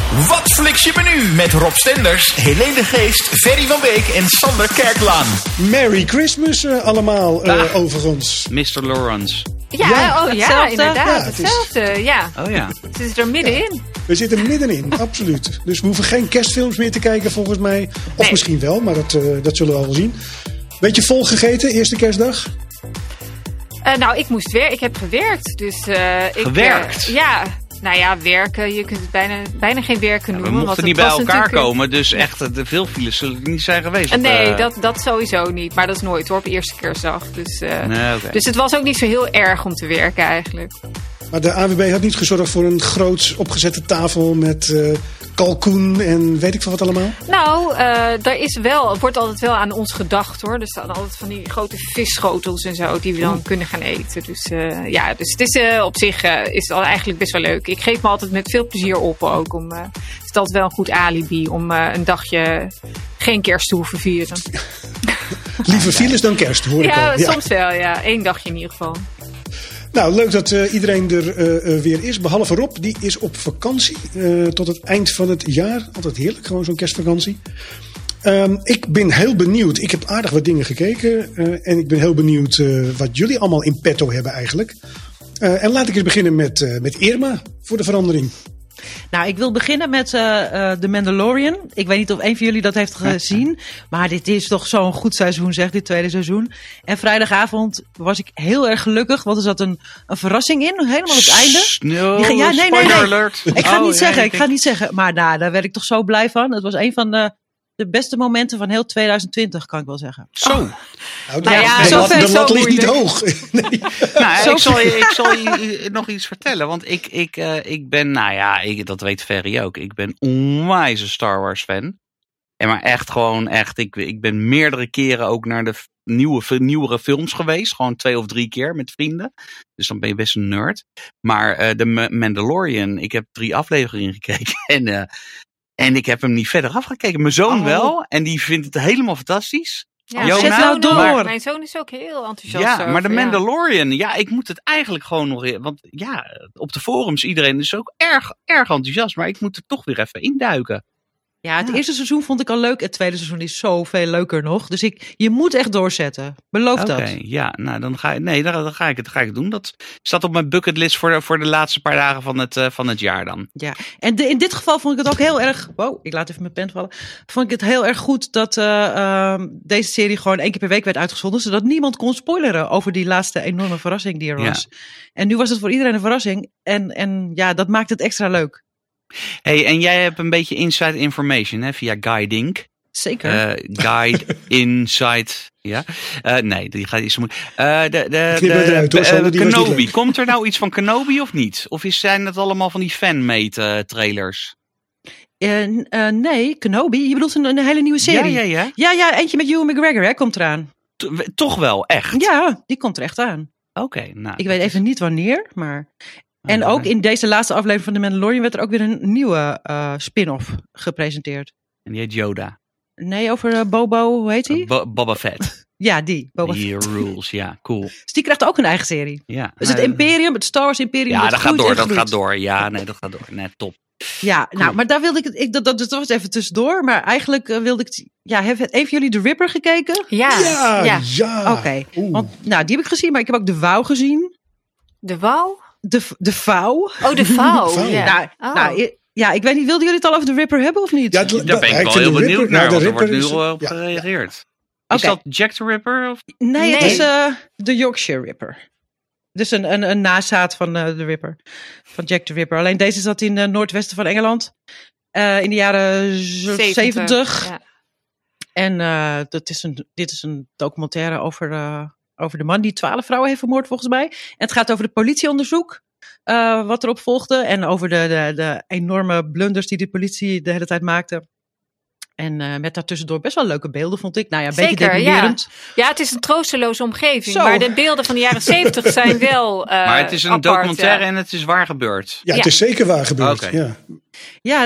Wat fliks je menu met Rob Stenders, Helene de Geest, Ferry van Beek en Sander Kerklaan. Merry Christmas allemaal overigens. Mr. Lawrence. Ja, inderdaad. Ja, hetzelfde, ja. Oh ja. Het is er middenin. We zitten middenin, absoluut. Dus we hoeven geen kerstfilms meer te kijken volgens mij. Of Nee. misschien wel, maar dat zullen we al wel zien. Beetje vol gegeten, eerste kerstdag? Ik moest werken. Ik heb gewerkt. Dus, Gewerkt? Werken. Je kunt het bijna geen werken We noemen. mochten want niet het bij was elkaar natuurlijk- komen, dus echt veel files zullen er niet zijn geweest. Nee, dat sowieso niet. Maar dat is nooit hoor, op eerste kerstdag. Dus, Nee, oké. dus het was ook niet zo heel erg om te werken eigenlijk. Maar de AWB had niet gezorgd voor een groots opgezette tafel met kalkoen en weet ik veel wat allemaal? Nou, er wordt altijd wel aan ons gedacht hoor. Er staan altijd van die grote visschotels en zo die we dan kunnen gaan eten. Dus dus het is op zich is het eigenlijk best wel leuk. Ik geef me altijd met veel plezier op ook. Het is altijd wel een goed alibi om een dagje geen kerst te hoeven vieren. Liever files dan kerst, hoor ik al. Ja, soms wel ja. 1 dagje in ieder geval. Nou, leuk dat iedereen er weer is. Behalve Rob, die is op vakantie tot het eind van het jaar. Altijd heerlijk, gewoon zo'n kerstvakantie. Ik ben heel benieuwd. Ik heb aardig wat dingen gekeken. En ik ben heel benieuwd wat jullie allemaal in petto hebben eigenlijk. En laat ik eens beginnen met Irma, voor de verandering. Nou, ik wil beginnen met The Mandalorian. Ik weet niet of een van jullie dat heeft gezien. Maar dit is toch zo'n goed seizoen, zeg, dit tweede seizoen. En vrijdagavond was ik heel erg gelukkig. Want er zat een verrassing in, helemaal op het einde. No, Nee. spoiler alert. Ik ga het niet zeggen. Maar daar werd ik toch zo blij van. Het was een van de beste momenten van heel 2020, kan ik wel zeggen. Zo. Nou, zover de zo lat ligt niet moeilijk. hoog. Nee. Nou, ik zal je nog iets vertellen. Want ik ben, dat weet Ferry ook. Ik ben onwijs een Star Wars fan. En maar echt, ik ben meerdere keren ook naar de nieuwere films geweest. Gewoon 2 of 3 keer met vrienden. Dus dan ben je best een nerd. Maar de Mandalorian, ik heb 3 afleveringen gekeken. En ik heb hem niet verder afgekeken. Mijn zoon wel. En die vindt het helemaal fantastisch. Ja, Jona, zet nou door. maar- Mijn zoon is ook heel enthousiast Ja, over, maar de Mandalorian, ik moet het eigenlijk gewoon nog... Want op de forums, iedereen is ook erg enthousiast. Maar ik moet er toch weer even induiken. Ja, het eerste seizoen vond ik al leuk. Het tweede seizoen is zoveel leuker nog. Dus je moet echt doorzetten. Beloof dat. Oké, ja, nou dan ga ik het doen. Dat staat op mijn bucketlist voor de laatste paar dagen van het jaar dan. Ja, en in dit geval vond ik het ook heel erg... Wow, ik laat even mijn pen vallen. Vond ik het heel erg goed dat deze serie gewoon 1 keer per week werd uitgezonden. Zodat niemand kon spoileren over die laatste enorme verrassing die er was. Ja. En nu was het voor iedereen een verrassing. En dat maakt het extra leuk. Hey, en jij hebt een beetje inside information hè, via Guy Dink. Zeker. Guide Inside. Ja? Nee, die gaat iets zo moeilijk. Knip het eruit, hoor, Sander, die was niet Kenobi. leuk. Komt er nou iets van Kenobi of niet? Of zijn het allemaal van die fanmade trailers? Nee, Kenobi. Je bedoelt een hele nieuwe serie. Ja. Ja, eentje met Ewan McGregor, hè, komt eraan. Toch wel, echt? Ja, die komt er echt aan. Oké, nou. Ik weet even niet wanneer, maar... En ook in deze laatste aflevering van The Mandalorian werd er ook weer een nieuwe spin-off gepresenteerd. En die heet Yoda. Nee, over Bobo, hoe heet hij? Boba Fett. Ja, die. Boba Die Fett. rules, ja, cool. Dus die krijgt ook een eigen serie. Ja, Dus het Imperium, het Star Wars Imperium. Ja, dat groeit en gaat groeit. door. Ja, nee, dat gaat door. Nee, top. Ja, nou, maar daar wilde ik het. Dat was even tussendoor. Maar eigenlijk wilde ik. Ja, heeft een van jullie The Ripper gekeken? Ja. Oké. Want nou, die heb ik gezien, maar ik heb ook de Wouw gezien. De Wouw? De Vouw. Oh, de Vouw. Vouw. Ja. Nou, ik weet niet, wilden jullie het al over de Ripper hebben of niet? Ja, Daar ben ik vind wel de heel benieuwd Ripper- naar, nou, want de er wordt nu Ripper is- al op ja. gereageerd. Oké. Is dat Jack the Ripper? Of? Nee, het Nee. is de Yorkshire Ripper. Dus een nazaat van de Ripper. Van Jack the Ripper. Alleen deze zat in het noordwesten van Engeland. In de jaren 70. Ja. En dit is een documentaire over de man die 12 vrouwen heeft vermoord volgens mij. En het gaat over het politieonderzoek. Wat erop volgde. En over de enorme blunders die de politie de hele tijd maakte. En met daartussendoor best wel leuke beelden, vond ik. Nou ja, een beetje Zeker, deprimerend. Ja, het is een troosteloze omgeving. Zo. Maar de beelden van de jaren 70 zijn wel Maar het is een apart, documentaire ja. en het is waar gebeurd. Ja, het is zeker waar gebeurd. Oké. Ja. Ja,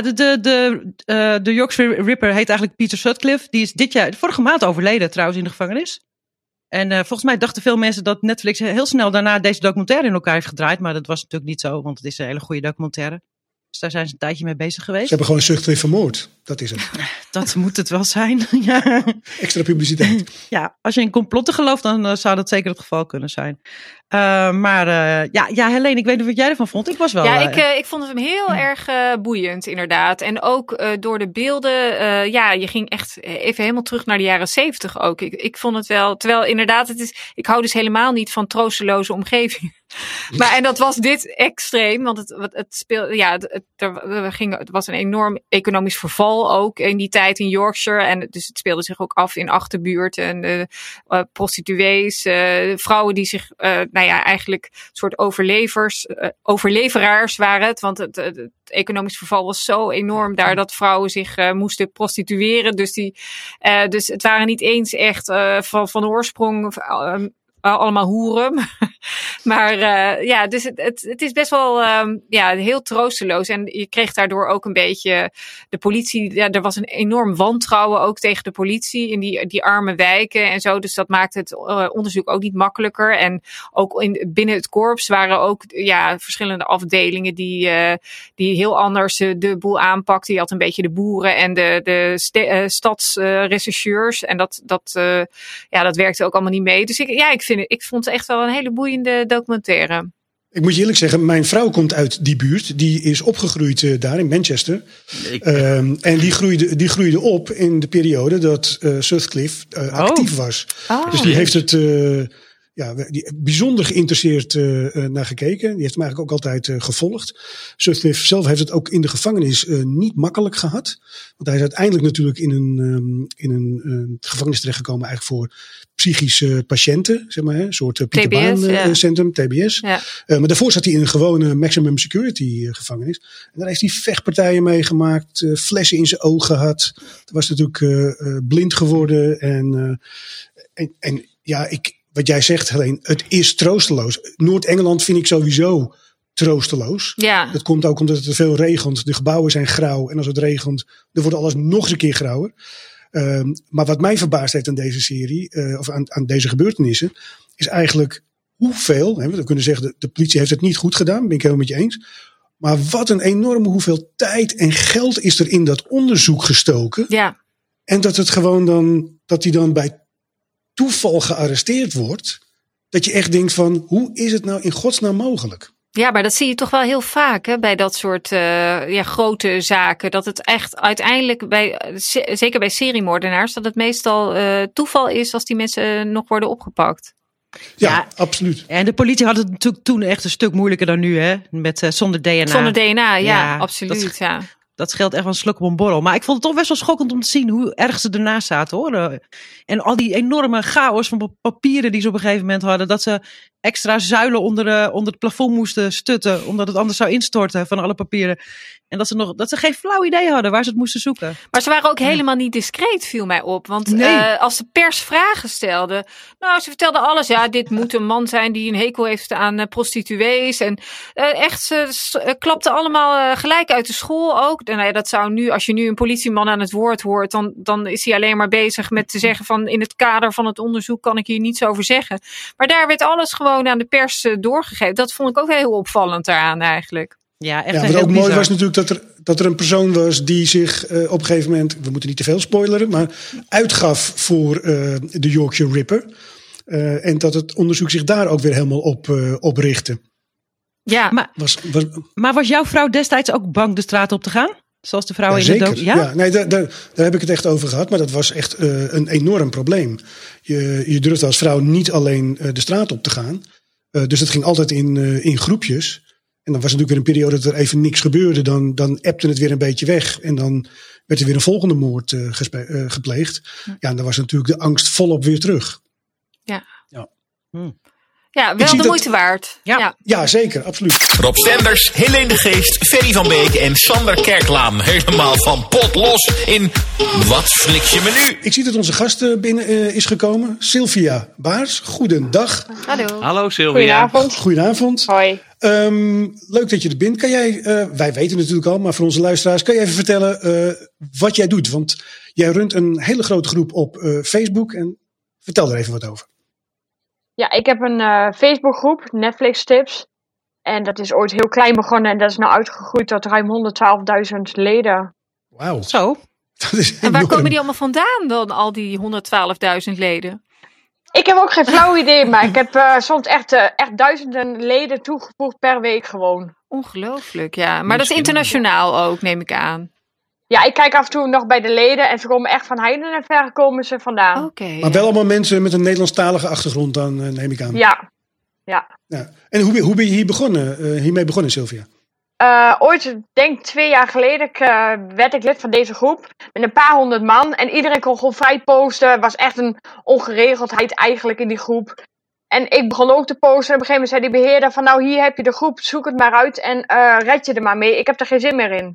de Yorkshire Ripper heet eigenlijk Peter Sutcliffe. Die is vorige maand overleden trouwens in de gevangenis. En volgens mij dachten veel mensen dat Netflix heel snel daarna deze documentaire in elkaar heeft gedraaid. Maar dat was natuurlijk niet zo, want het is een hele goede documentaire. Dus Daar zijn ze een tijdje mee bezig geweest. Ze hebben gewoon Sutcliffe vermoord. Dat is het. Dat moet het wel zijn. Ja. Extra publiciteit. Ja, als je in complotten gelooft, dan zou dat zeker het geval kunnen zijn. Helene, ik weet niet wat jij ervan vond. Ik was wel... Ja, ik vond hem heel erg boeiend, inderdaad. En ook door de beelden. Je ging echt even helemaal terug naar de jaren 70 ook. Ik vond het wel... Terwijl inderdaad, ik hou dus helemaal niet van troosteloze omgevingen. Maar en dat was dit extreem, want het speelde, het was een enorm economisch verval ook in die tijd in Yorkshire. En dus het speelde zich ook af in achterbuurten en prostituees, vrouwen die zich, eigenlijk een soort overleveraars waren het. Want het economisch verval was zo enorm daar dat vrouwen zich moesten prostitueren. Dus het waren niet eens echt van oorsprong allemaal hoeren. Maar dus het is best wel heel troosteloos. En je kreeg daardoor ook een beetje de politie. Ja, er was een enorm wantrouwen ook tegen de politie in die arme wijken en zo. Dus dat maakte het onderzoek ook niet makkelijker. En ook binnen het korps waren ook verschillende afdelingen die heel anders de boel aanpakten. Je had een beetje de boeren en de stadsrechercheurs. En dat werkte ook allemaal niet mee. Dus ik vond het echt wel een hele boeiende documentaire. Ik moet je eerlijk zeggen, mijn vrouw komt uit die buurt. Die is opgegroeid daar in Manchester. En die groeide op in de periode dat Sutcliffe actief was. Dus die heeft het bijzonder geïnteresseerd naar gekeken. Die heeft hem eigenlijk ook altijd gevolgd. Sutcliffe zelf heeft het ook in de gevangenis niet makkelijk gehad. Want hij is uiteindelijk natuurlijk in een gevangenis terechtgekomen eigenlijk voor psychische patiënten, zeg maar, een soort Pieter Baan centrum, TBS. Ja. Maar daarvoor zat hij in een gewone maximum security gevangenis. En daar heeft hij vechtpartijen meegemaakt, flessen in zijn ogen gehad. Hij was natuurlijk blind geworden. Wat jij zegt, Helene, het is troosteloos. Noord-Engeland vind ik sowieso troosteloos. Ja. Dat komt ook omdat het te veel regent. De gebouwen zijn grauw. En als het regent, dan wordt alles nog eens een keer grauwer. Maar wat mij verbaasd heeft aan deze serie, of aan deze gebeurtenissen, is eigenlijk hoeveel, we kunnen zeggen, de politie heeft het niet goed gedaan, ben ik helemaal met je eens. Maar wat een enorme hoeveel tijd en geld is er in dat onderzoek gestoken. Ja. En dat hij dan bij toeval gearresteerd wordt, dat je echt denkt van, hoe is het nou in godsnaam mogelijk? Ja, maar dat zie je toch wel heel vaak bij dat soort grote zaken. Dat het echt uiteindelijk, zeker bij seriemoordenaars, dat het meestal toeval is als die mensen nog worden opgepakt. Ja, absoluut. En de politie had het natuurlijk toen echt een stuk moeilijker dan nu, hè? Met zonder DNA. Zonder DNA, ja absoluut. Dat scheelt echt wel een slok op een borrel. Maar ik vond het toch best wel schokkend om te zien hoe erg ze ernaast zaten, hoor. En al die enorme chaos van papieren die ze op een gegeven moment hadden. Dat ze extra zuilen onder het plafond moesten stutten, omdat het anders zou instorten van alle papieren. En dat ze geen flauw idee hadden waar ze het moesten zoeken. Maar ze waren ook helemaal niet discreet, viel mij op. Want als de pers vragen stelde, ze vertelden alles. Ja, dit moet een man zijn die een hekel heeft aan prostituees. En ze klapten allemaal gelijk uit de school ook. En dat zou nu, als je nu een politieman aan het woord hoort, dan is hij alleen maar bezig met te zeggen van, in het kader van het onderzoek kan ik hier niets over zeggen. Maar daar werd alles gewoon aan de pers doorgegeven. Dat vond ik ook heel opvallend daaraan eigenlijk. Ja, echt wat ook mooi was natuurlijk dat er een persoon was die zich op een gegeven moment, we moeten niet te veel spoileren, maar uitgaf voor de Yorkshire Ripper. En dat het onderzoek zich daar ook weer helemaal op richtte. Ja, maar was jouw vrouw destijds ook bang de straat op te gaan? Zoals de vrouwen in de dood? Ja, nee, daar heb ik het echt over gehad. Maar dat was echt een enorm probleem. Je durfde als vrouw niet alleen de straat op te gaan. Dus het ging altijd in groepjes. En dan was het natuurlijk weer een periode dat er even niks gebeurde. Dan ebte het weer een beetje weg. En dan werd er weer een volgende moord gepleegd. Ja, en dan was natuurlijk de angst volop weer terug. Ja. Ja, wel de moeite waard. Ja, zeker, absoluut. Rob Stenders, Helene de Geest, Ferry van Beek en Sander Kerklaam. Helemaal van pot los in Wat flik je me nu? Ik zie dat onze gast binnen is gekomen. Sylvia Baars, goedendag. Hallo Sylvia. Goedenavond. Hoi. Leuk dat je er bent. Kan jij, wij weten natuurlijk al, maar voor onze luisteraars, kan je even vertellen wat jij doet? Want jij runt een hele grote groep op Facebook en vertel er even wat over. Ja, ik heb een Facebookgroep, Netflix Tips. En dat is ooit heel klein begonnen en dat is nou uitgegroeid tot ruim 112.000 leden. Wauw. Zo. Dat is En waar enorm. komen die allemaal vandaan dan, al die 112.000 leden? Ik heb ook geen flauw idee, maar ik heb soms echt duizenden leden toegevoegd per week gewoon. Ongelooflijk, ja. Maar dat is internationaal ook, neem ik aan. Ja, ik kijk af en toe nog bij de leden en ze komen echt van heiden en ver komen ze vandaan. Oké. Maar wel allemaal mensen met een Nederlandstalige achtergrond dan, neem ik aan. Ja. Ja. En hoe ben je hiermee begonnen, Sylvia? Ooit, denk 2 jaar geleden, werd ik lid van deze groep. Met een paar honderd man. En iedereen kon gewoon vrij posten. Het was echt een ongeregeldheid eigenlijk in die groep. En ik begon ook te posten. En op een gegeven moment zei die beheerder van... Nou, hier heb je de groep, zoek het maar uit en red je er maar mee. Ik heb er geen zin meer in.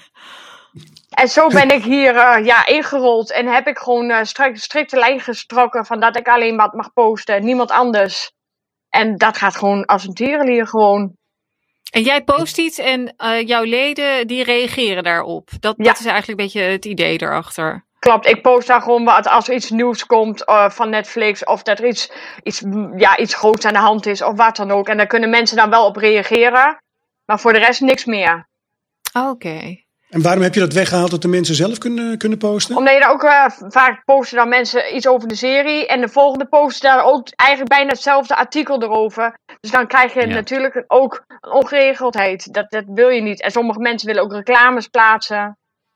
En zo ben ik hier ingerold. En heb ik gewoon strikte lijn gestrokken van dat ik alleen wat mag posten. En niemand anders. En dat gaat gewoon als een tierenlier gewoon. En jij post iets en jouw leden die reageren daarop. Dat is eigenlijk een beetje het idee erachter. Klopt, ik post daar gewoon wat als er iets nieuws komt van Netflix. Of dat er iets groots aan de hand is of wat dan ook. En daar kunnen mensen dan wel op reageren. Maar voor de rest niks meer. Oké. En waarom heb je dat weggehaald dat de mensen zelf kunnen posten? Omdat je daar ook vaak posten dan mensen iets over de serie. En de volgende posten daar ook eigenlijk bijna hetzelfde artikel erover. Dus dan krijg je natuurlijk ook een ongeregeldheid. Dat wil je niet. En sommige mensen willen ook reclames plaatsen.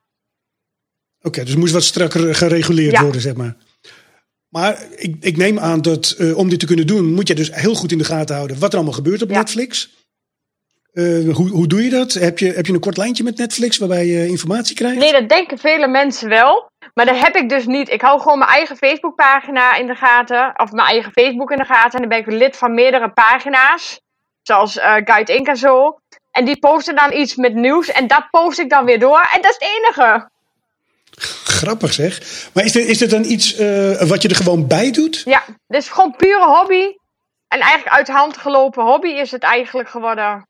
Oké, dus het moest wat strakker gereguleerd worden, zeg maar. Maar ik neem aan dat om dit te kunnen doen, moet je dus heel goed in de gaten houden wat er allemaal gebeurt op Netflix. Hoe doe je dat? Heb je een kort lijntje met Netflix waarbij je informatie krijgt? Nee, dat denken vele mensen wel. Maar dat heb ik dus niet. Ik hou gewoon mijn eigen Facebookpagina in de gaten. Of mijn eigen Facebook in de gaten. En dan ben ik lid van meerdere pagina's. Zoals Guide Inc. en zo. En die posten dan iets met nieuws. En dat post ik dan weer door. En dat is het enige. Grappig zeg. Maar is dit dan iets wat je er gewoon bij doet? Ja, dit is gewoon pure hobby. En eigenlijk uit de hand gelopen hobby is het eigenlijk geworden.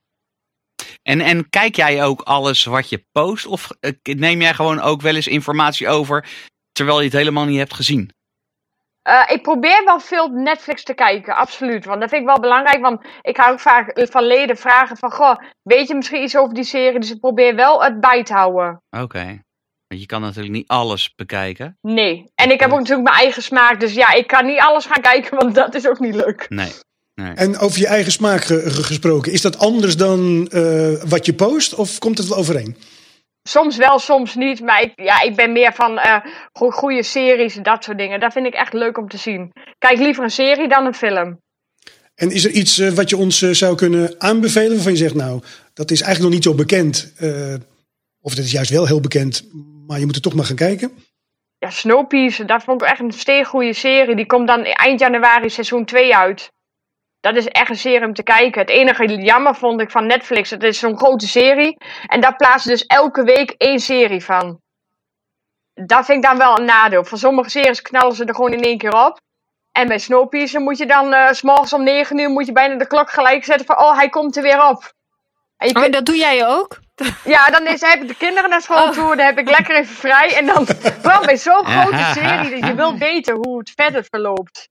En kijk jij ook alles wat je post? Of neem jij gewoon ook wel eens informatie over terwijl je het helemaal niet hebt gezien? Ik probeer wel veel Netflix te kijken, absoluut. Want dat vind ik wel belangrijk. Want ik hou ook vaak van leden vragen van... Goh, weet je misschien iets over die serie? Dus ik probeer wel het bij te houden. Oké. Want je kan natuurlijk niet alles bekijken. Nee. En ik heb ook natuurlijk mijn eigen smaak. Dus ja, ik kan niet alles gaan kijken, want dat is ook niet leuk. Nee. En over je eigen smaak gesproken, is dat anders dan wat je post? Of komt het wel overeen? Soms wel, soms niet. Maar ik ben meer van goede series en dat soort dingen. Dat vind ik echt leuk om te zien. Kijk liever een serie dan een film. En is er iets wat je ons zou kunnen aanbevelen waarvan je zegt... nou, dat is eigenlijk nog niet zo bekend. Of dat is juist wel heel bekend, maar je moet er toch maar gaan kijken. Ja, Snowpiercer, dat vond ik echt een steengoede serie. Die komt dan eind januari seizoen 2 uit. Dat is echt een serie om te kijken. Het enige jammer vond ik van Netflix, het is zo'n grote serie. En daar plaatsen dus elke week 1 serie van. Dat vind ik dan wel een nadeel. Voor sommige series knallen ze er gewoon in 1 keer op. En bij Snowpiercer moet je dan, 's morgens om 9 uur moet je bijna de klok gelijk zetten van, hij komt er weer op. En dat doe jij ook? Ja, dan heb ik de kinderen naar school toe, dan heb ik lekker even vrij. En dan, bij zo'n grote serie, dat je wilt weten hoe het verder verloopt.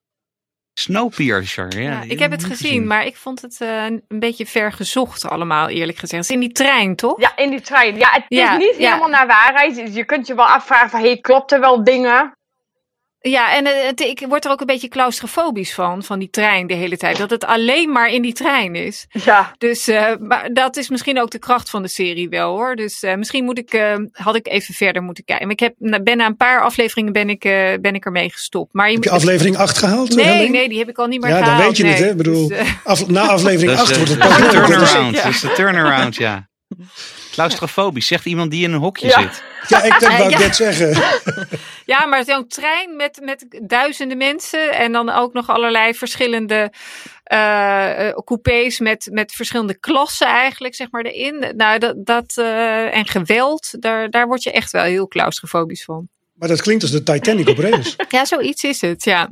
Snowpiercer, ja. Ik heb het gezien, maar ik vond het een beetje ver gezocht allemaal, eerlijk gezegd. Het is in die trein, toch? Ja, in die trein. Ja, het is niet helemaal naar waarheid. Je kunt je wel afvragen van, klopt er wel dingen? Ja, en ik word er ook een beetje claustrofobisch van die trein de hele tijd. Dat het alleen maar in die trein is. Ja. Dus maar dat is misschien ook de kracht van de serie wel, hoor. Dus misschien had ik even verder moeten kijken. Maar ben na een paar afleveringen ben ik ermee gestopt. Maar heb je aflevering 8 gehaald? Nee, die heb ik al niet meer gehaald. Ja, dan weet je het, hè? Ik bedoel, dus, na aflevering 8 wordt het pas een turnaround. Dat is de turnaround, ja. Claustrofobisch, zegt iemand die in een hokje zit. Ja, ik wou net zeggen. Ja, maar zo'n trein met duizenden mensen en dan ook nog allerlei verschillende coupés met verschillende klassen eigenlijk, zeg maar, erin. Nou, en geweld, daar word je echt wel heel claustrofobisch van. Maar dat klinkt als de Titanic op rails. Ja, zoiets is het, ja.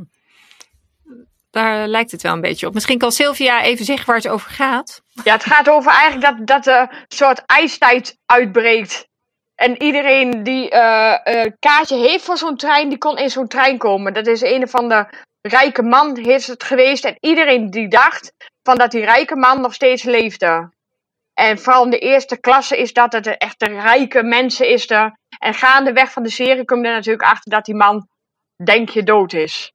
Daar lijkt het wel een beetje op. Misschien kan Sylvia even zeggen waar het over gaat. Ja, het gaat over eigenlijk dat een soort ijstijd uitbreekt. En iedereen die kaartje heeft voor zo'n trein, die kon in zo'n trein komen. Dat is een of ander rijke man is het geweest. En iedereen die dacht van dat die rijke man nog steeds leefde. En vooral in de eerste klasse is dat het echt de rijke mensen is er. En gaandeweg van de serie kom je er natuurlijk achter dat die man, denk je, dood is.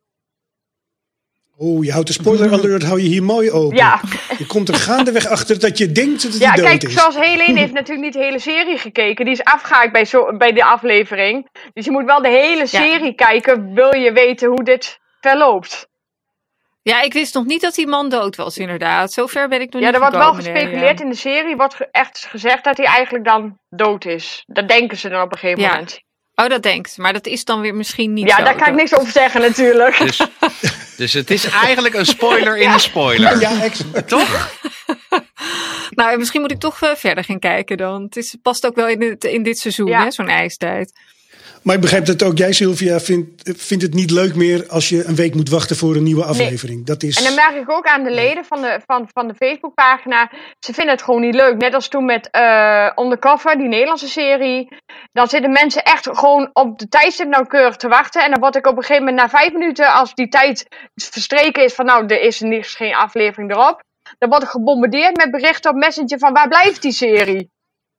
Oh, je houdt de spoiler alert, hou je hier mooi open. Ja. Je komt er gaandeweg achter dat je denkt dat Ja, hij dood kijk, is. zoals Helene heeft natuurlijk niet de hele serie gekeken. Die is afgehaakt bij de aflevering. Dus je moet wel de hele serie kijken, wil je weten hoe dit verloopt. Ja, ik wist nog niet dat die man dood was, inderdaad. Zover ben ik nog Ja, niet er wordt wel gekomen, gespeculeerd in de serie. Wordt echt gezegd dat hij eigenlijk dan dood is. Dat denken ze dan op een gegeven Ja. moment. Oh, dat denkt ze. Maar dat is dan weer misschien niet Ja, zo. daar kan ik niks over zeggen natuurlijk. Dus het is eigenlijk een spoiler in een spoiler. Ja, exact. Toch? Nou, misschien moet ik toch verder gaan kijken dan. Het past ook wel in dit seizoen, Ja. hè, zo'n ijstijd. Maar ik begrijp dat ook jij, Sylvia, vindt het niet leuk meer als je een week moet wachten voor een nieuwe aflevering. Dat is... En dan merk ik ook aan de leden van de Facebookpagina. Ze vinden het gewoon niet leuk. Net als toen met Undercover, die Nederlandse serie. Dan zitten mensen echt gewoon op de tijdstip nauwkeurig te wachten. En dan word ik op een gegeven moment na 5 minuten, als die tijd verstreken is van nou, er is geen aflevering erop. Dan word ik gebombardeerd met berichten op Messenger van waar blijft die serie?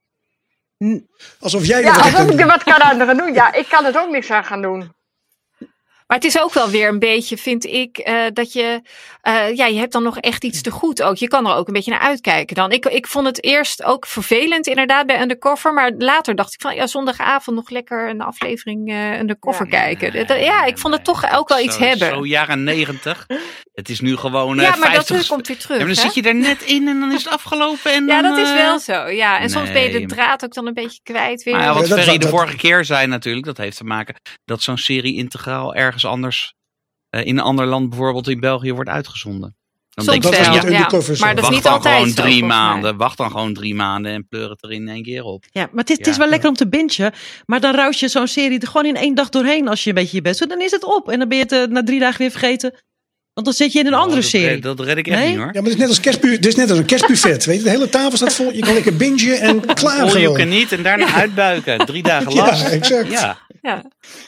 Alsof jij Ja, er wat aan alsof kan ik er doen. wat kan aan gaan doen. Ja, ik kan er ook niks aan gaan doen. Maar het is ook wel weer een beetje, vind ik, dat je... je hebt dan nog echt iets te goed ook. Je kan er ook een beetje naar uitkijken dan. Ik vond het eerst ook vervelend inderdaad bij Undercover. Maar later dacht ik van, ja, zondagavond nog lekker een aflevering Undercover kijken. Ik vond het toch ook wel iets hebben. Zo jaren 90. Het is nu gewoon Ja, maar 50... dat komt weer terug. Ja, maar dan hè? zit je er net in en dan is het afgelopen. En Ja, dan, dat is wel zo. Ja, en soms ben je de nee. draad ook dan een beetje kwijt weer. Maar ja, wat Ja, dat- Ferry de dat- vorige keer zei natuurlijk, dat heeft te maken dat zo'n serie integraal ergens anders, in een ander land, bijvoorbeeld in België, wordt uitgezonden. Dan Soms denk je, dat was wel, met Undercover zo. maar dat is wacht niet dan altijd gewoon zo, 3 volgens mij. maanden. Wacht dan gewoon 3 maanden en pleur het er in 1 keer op. Ja, maar het is Ja. wel lekker om te bingen. Maar dan roust je zo'n serie er gewoon in 1 dag doorheen als je een beetje je best doet. Dan is het op. En dan ben je het na 3 dagen weer vergeten. Want dan zit je in een andere serie. Dat red ik echt Nee? niet hoor. Ja, maar het is net als het is net als een kerstbuffet. Weet je, de hele tafel staat vol. Je kan lekker bingen en klaar All you gewoon. can eat en daarna uitbuiken. 3 dagen Ja, last. exact. Ja. Ja.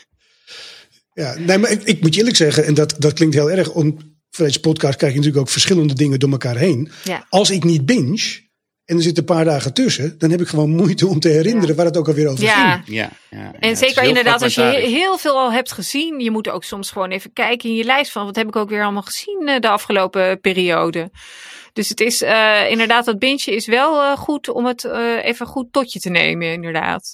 Ja, nee, maar ik moet je eerlijk zeggen, en dat klinkt heel erg. Voor deze podcast krijg je natuurlijk ook verschillende dingen door elkaar heen. Ja. Als ik niet binge en er zitten een paar dagen tussen, dan heb ik gewoon moeite om te herinneren waar het ook alweer over Ja. ging. Ja, En zeker inderdaad, als je heel veel al hebt gezien, je moet ook soms gewoon even kijken in je lijst van wat heb ik ook weer allemaal gezien de afgelopen periode. Dus het is inderdaad, dat bingen is wel goed om het even goed tot je te nemen, inderdaad.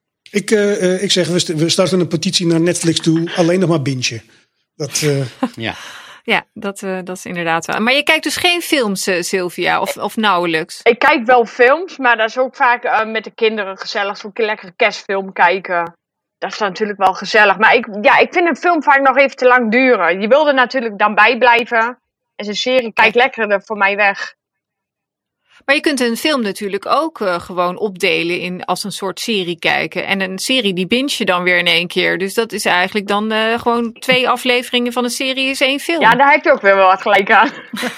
Ik zeg, we starten een petitie naar Netflix toe, alleen nog maar bingen. Dat, Ja. Ja, dat is inderdaad wel. Maar je kijkt dus geen films, Sylvia, of nauwelijks? Ik kijk wel films, maar dat is ook vaak met de kinderen gezellig. Zo'n lekkere kerstfilm kijken. Dat is dan natuurlijk wel gezellig. Maar ik vind een film vaak nog even te lang duren. Je wil er natuurlijk dan bij blijven. En zo'n serie kijkt lekkerder voor mij weg. Maar je kunt een film natuurlijk ook gewoon opdelen in als een soort serie kijken. En een serie die binge je dan weer in 1 keer. Dus dat is eigenlijk dan gewoon 2 afleveringen van een serie is 1 film. Ja, daar heb je ook weer wel wat gelijk aan.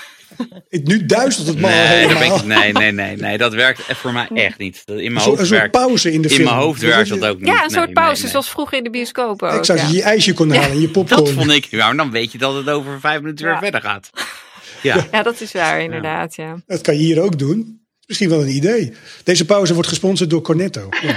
nu duizelt het maar Nee, helemaal. nee, dat werkt voor mij echt niet. In mijn Een hoofd soort werkt, pauze in de film. in mijn hoofd werkt dat ook niet. Ja, een soort pauze, Nee. zoals vroeger in de bioscoop ook. Exact, ja. je ijsje kon halen en je popcorn. Dat vond ik, ja, maar dan weet je dat het over 5 minuten weer Ja. verder gaat. Ja. Ja, dat is waar, inderdaad. Ja. Dat kan je hier ook doen. Misschien wel een idee. Deze pauze wordt gesponsord door Cornetto. Ja.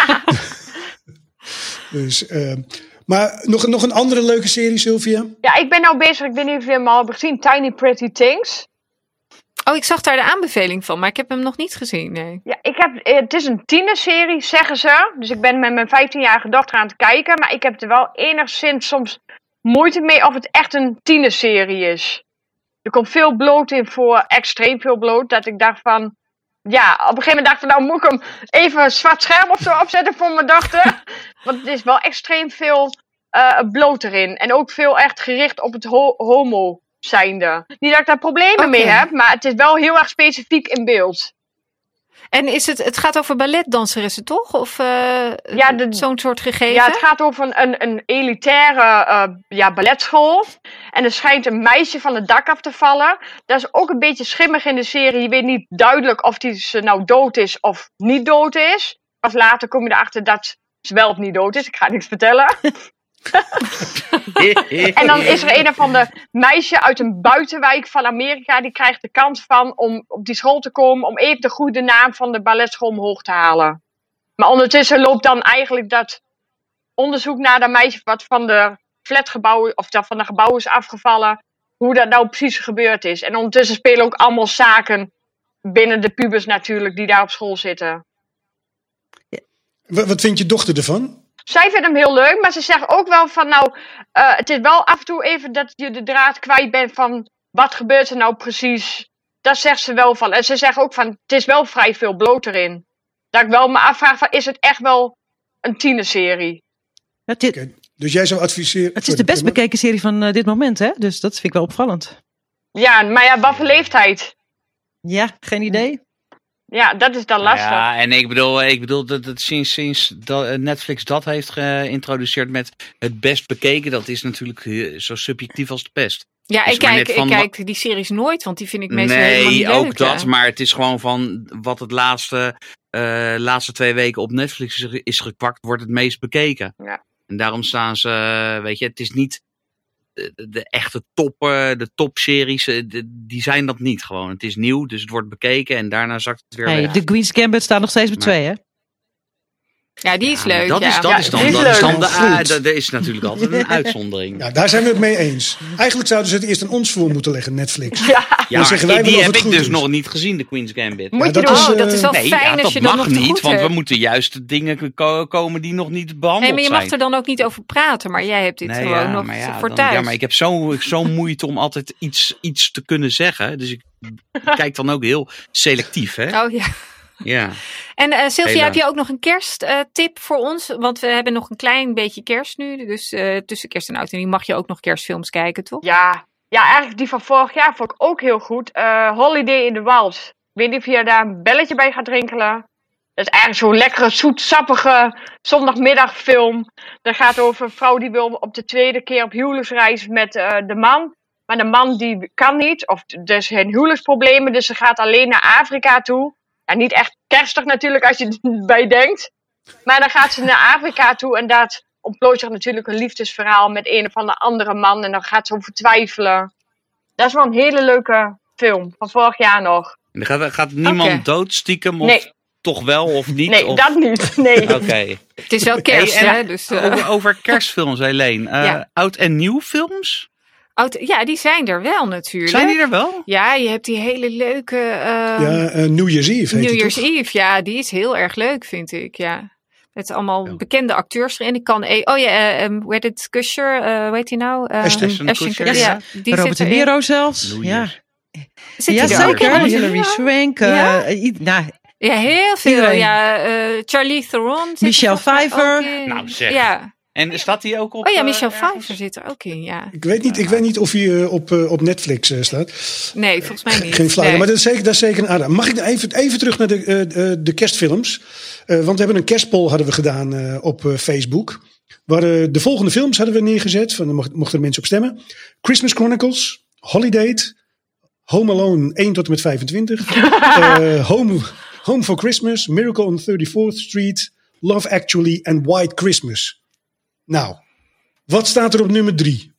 Dus, maar nog een andere leuke serie, Sylvia? Ja, ik ben nou bezig. Ik weet niet of je hem al hebt gezien. Tiny Pretty Things. Oh, ik zag daar de aanbeveling van, maar ik heb hem nog niet gezien. Nee. Ja, het is een tienerserie, zeggen ze. Dus ik ben met mijn 15-jarige dochter aan het kijken. Maar ik heb er wel enigszins soms moeite mee of het echt een tienerserie is. Er komt veel bloot in voor, extreem veel bloot. Dat ik dacht van... Ja, op een gegeven moment dacht ik van... Nou moet ik hem even een zwart scherm of zo opzetten voor mijn dochter. Want het is wel extreem veel bloot erin. En ook veel echt gericht op het homo zijnde. Niet dat ik daar problemen mee heb. Maar het is wel heel erg specifiek in beeld. En het gaat over balletdanseressen, toch? Of zo'n soort gegeven? Ja, het gaat over een elitaire balletschool. En er schijnt een meisje van het dak af te vallen. Dat is ook een beetje schimmig in de serie. Je weet niet duidelijk of die nou dood is of niet dood is. Pas later kom je erachter dat ze wel of niet dood is. Ik ga niks vertellen. En dan is er een of ander meisje uit een buitenwijk van Amerika. Die krijgt de kans om op die school te komen. Om even de goede naam van de balletschool omhoog te halen. Maar ondertussen loopt dan eigenlijk dat onderzoek naar dat meisje. Wat van de flatgebouw of van de gebouw is afgevallen. Hoe dat nou precies gebeurd is. En ondertussen spelen ook allemaal zaken binnen de pubers natuurlijk. Die daar op school zitten. Wat vindt je dochter ervan? Zij vindt hem heel leuk, maar ze zegt ook wel van het is wel af en toe even dat je de draad kwijt bent van wat gebeurt er nou precies. Dat zegt ze wel van. En ze zegt ook van het is wel vrij veel bloot erin. Dat ik wel me afvraag van is het echt wel een tienerserie? Okay. Dus jij zou adviseren... Het is de best bekeken serie van dit moment, hè? Dus dat vind ik wel opvallend. Ja, maar ja, wat voor leeftijd? Ja, geen idee. Ja, dat is dan lastig. Ja, en ik bedoel dat sinds Netflix dat heeft geïntroduceerd met het best bekeken, dat is natuurlijk zo subjectief als de pest. Ja, Dus ik kijk die series nooit, want die vind ik meestal helemaal niet leuk. Nee, ook dat, maar het is gewoon van wat het laatste 2 weken op Netflix is gepakt, wordt het meest bekeken. Ja. En daarom staan ze, weet je, het is niet de echte de topseries, die zijn dat niet gewoon. Het is nieuw, dus het wordt bekeken en daarna zakt het weer weg. De Queen's Gambit staat nog steeds bij 2, hè? Ja, die is leuk. Dat is natuurlijk altijd een uitzondering. Ja, daar zijn we het mee eens. Eigenlijk zouden ze het eerst aan ons voor moeten leggen, Netflix. Ja, Ja, zeggen wij die wel of heb het ik goed dus is. nog niet gezien, de Queen's Gambit. Moet je dat doen. is, dat is wel fijn als je dan nog dat te mag niet, goed want we hebt. moeten juist dingen komen die nog niet behandeld Nee, maar je zijn. mag er dan ook niet over praten, maar jij hebt dit gewoon nog voor thuis. Ja, maar ik heb zo'n moeite om altijd iets te kunnen zeggen. Dus ik kijk dan ook heel selectief, hè? Oh ja. Ja. En Sylvia, Helaas. heb je ook nog een kersttip voor ons? Want we hebben nog een klein beetje kerst nu. Dus tussen kerst en oud en nieuw mag je ook nog kerstfilms kijken, toch? Ja, eigenlijk die van vorig jaar vond ik ook heel goed. Holiday in the Wild. Ik weet niet of je daar een belletje bij gaat drinkelen. Dat is eigenlijk zo'n lekkere, zoetsappige zondagmiddagfilm. Dat gaat over een vrouw die wil op de 2e keer op huwelijksreis met de man. Maar de man die kan niet, of er zijn huwelijksproblemen, dus ze gaat alleen naar Afrika toe. Ja, niet echt kerstig natuurlijk als je erbij denkt. Maar dan gaat ze naar Afrika toe en dat ontplooit zich natuurlijk een liefdesverhaal met een of andere man. En dan gaat ze over twijfelen. Dat is wel een hele leuke film, van vorig jaar nog. En gaat niemand dood stiekem? Of Nee. toch wel of niet? Nee, dat niet. Nee. Oké. Het is wel kerst, Hey, en hè? Dus, over kerstfilms, Helene. Ja. Oud en nieuw films? ja, die zijn er wel natuurlijk. Zijn die er wel? Ja, je hebt die hele leuke New Year's Eve heet New die Year's toch? Eve. Ja, die is heel erg leuk, vind ik. Ja. Met allemaal bekende acteurs erin. Ik kan... hoe heet het? Kusher? Hoe heet hij nou? Ashton Kutcher, Ja, die Robert zit De erin. Niro zelfs. New Ja, Year's. Zit ja hij er ook in? zeker. Robert De Hilary Niro? Swank. Ja? Ja, heel veel. Iedereen. Ja, Charlie Theron. zit er Michelle volgens mij ook Pfeiffer. in. Nou, zeg. Ja. En staat die ook op? Oh ja, Michelle ergens? Pfeiffer zit er ook in, ja. Ik weet niet of hij op Netflix staat. Nee, volgens mij niet. Geen flauw, Nee. maar dat is zeker een aanrader. Mag ik nou even terug naar de kerstfilms? Want we hebben een kerstpoll hadden we gedaan op Facebook. Waar de volgende films hadden we neergezet. Van, daar mochten mensen op stemmen. Christmas Chronicles, Holiday, Home Alone 1 tot en met 25. Home for Christmas, Miracle on 34th Street, Love Actually en White Christmas. Nou, wat staat er op nummer 3?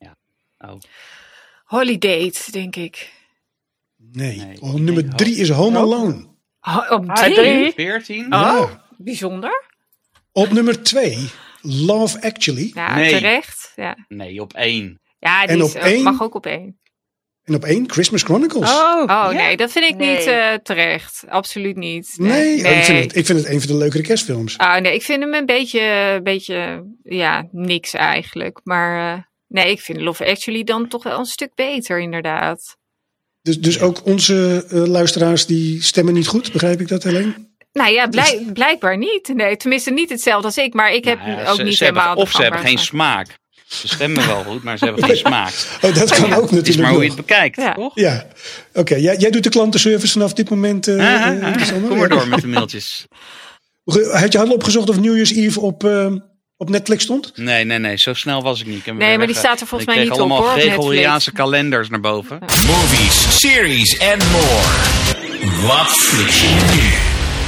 Holiday, denk ik. Nee. Nummer 3 is Home Alone. Op 3? 3? 14? Ja. Bijzonder. Op nummer 2, Love Actually. Ja, Nee. terecht. Ja, Nee, op 1. ja die En is, op 1? mag ook op 1. En op 1, Christmas Chronicles. Oh nee, dat vind ik Nee. niet terecht. Absoluut niet. Nee. Ik vind het een van de leukere kerstfilms. Nee, ik vind hem een beetje ja, niks eigenlijk. Maar nee, ik vind Love Actually dan toch wel een stuk beter, inderdaad. Dus ook onze luisteraars die stemmen niet goed, begrijp ik dat alleen? Nou ja, blijkbaar niet. Nee, tenminste niet hetzelfde als ik, maar ik heb ook niet helemaal... Of ze hebben geen smaak. Ze stemmen wel goed, maar ze hebben geen smaak. Oh, dat kan ook Het is maar natuurlijk hoe je het nog. bekijkt, Ja. toch? Ja, oké. Jij doet de klantenservice vanaf dit moment. Sander? Kom maar door met de mailtjes. Had je al opgezocht of New Year's Eve op Netflix stond? Nee, zo snel was ik niet. Ik heb hem Nee, weer maar die weg- staat er volgens ik mij kreeg niet op, allemaal hoor, op Gregoriaanse kalenders naar boven. Movies, series en more. Wat flik je nu?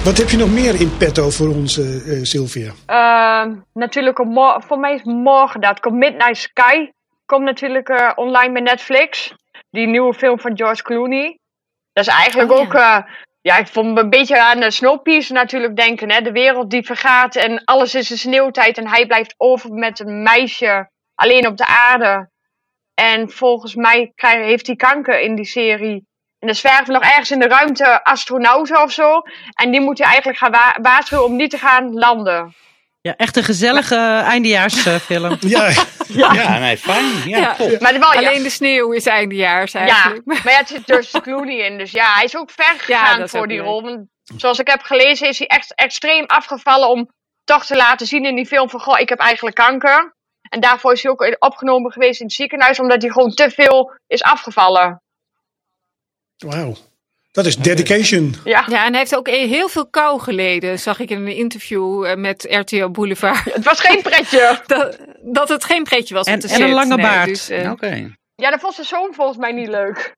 Wat heb je nog meer in petto voor ons, Sylvia? Natuurlijk, voor mij is morgen dat. Komt Midnight Sky. Komt natuurlijk online bij Netflix. Die nieuwe film van George Clooney. Dat is eigenlijk ook... ik vond me een beetje aan Snowpiercer natuurlijk denken. Hè? De wereld die vergaat en alles is een sneeuwtijd. En hij blijft over met een meisje alleen op de aarde. En volgens mij heeft hij kanker in die serie. En er zwerven nog ergens in de ruimte astronauten of zo. En die moet je eigenlijk gaan waarschuwen om niet te gaan landen. Ja, echt een gezellige eindejaarsfilm. Ja, nee, fijn. Ja, top. Maar wel, Alleen de sneeuw is eindejaars eigenlijk. Ja, maar het zit dus Clooney in. Dus ja, hij is ook ver gegaan voor die rol. Want zoals ik heb gelezen is hij echt extreem afgevallen om toch te laten zien in die film van... Goh, ik heb eigenlijk kanker. En daarvoor is hij ook opgenomen geweest in het ziekenhuis. Omdat hij gewoon te veel is afgevallen. Wauw. Dat is dedication. Ja, en hij heeft ook heel veel kou geleden, zag ik in een interview met RTL Boulevard. Het was geen pretje. dat het geen pretje was. En een lange baard. Dus, Oké. Ja, dat vond zijn zoon volgens mij niet leuk.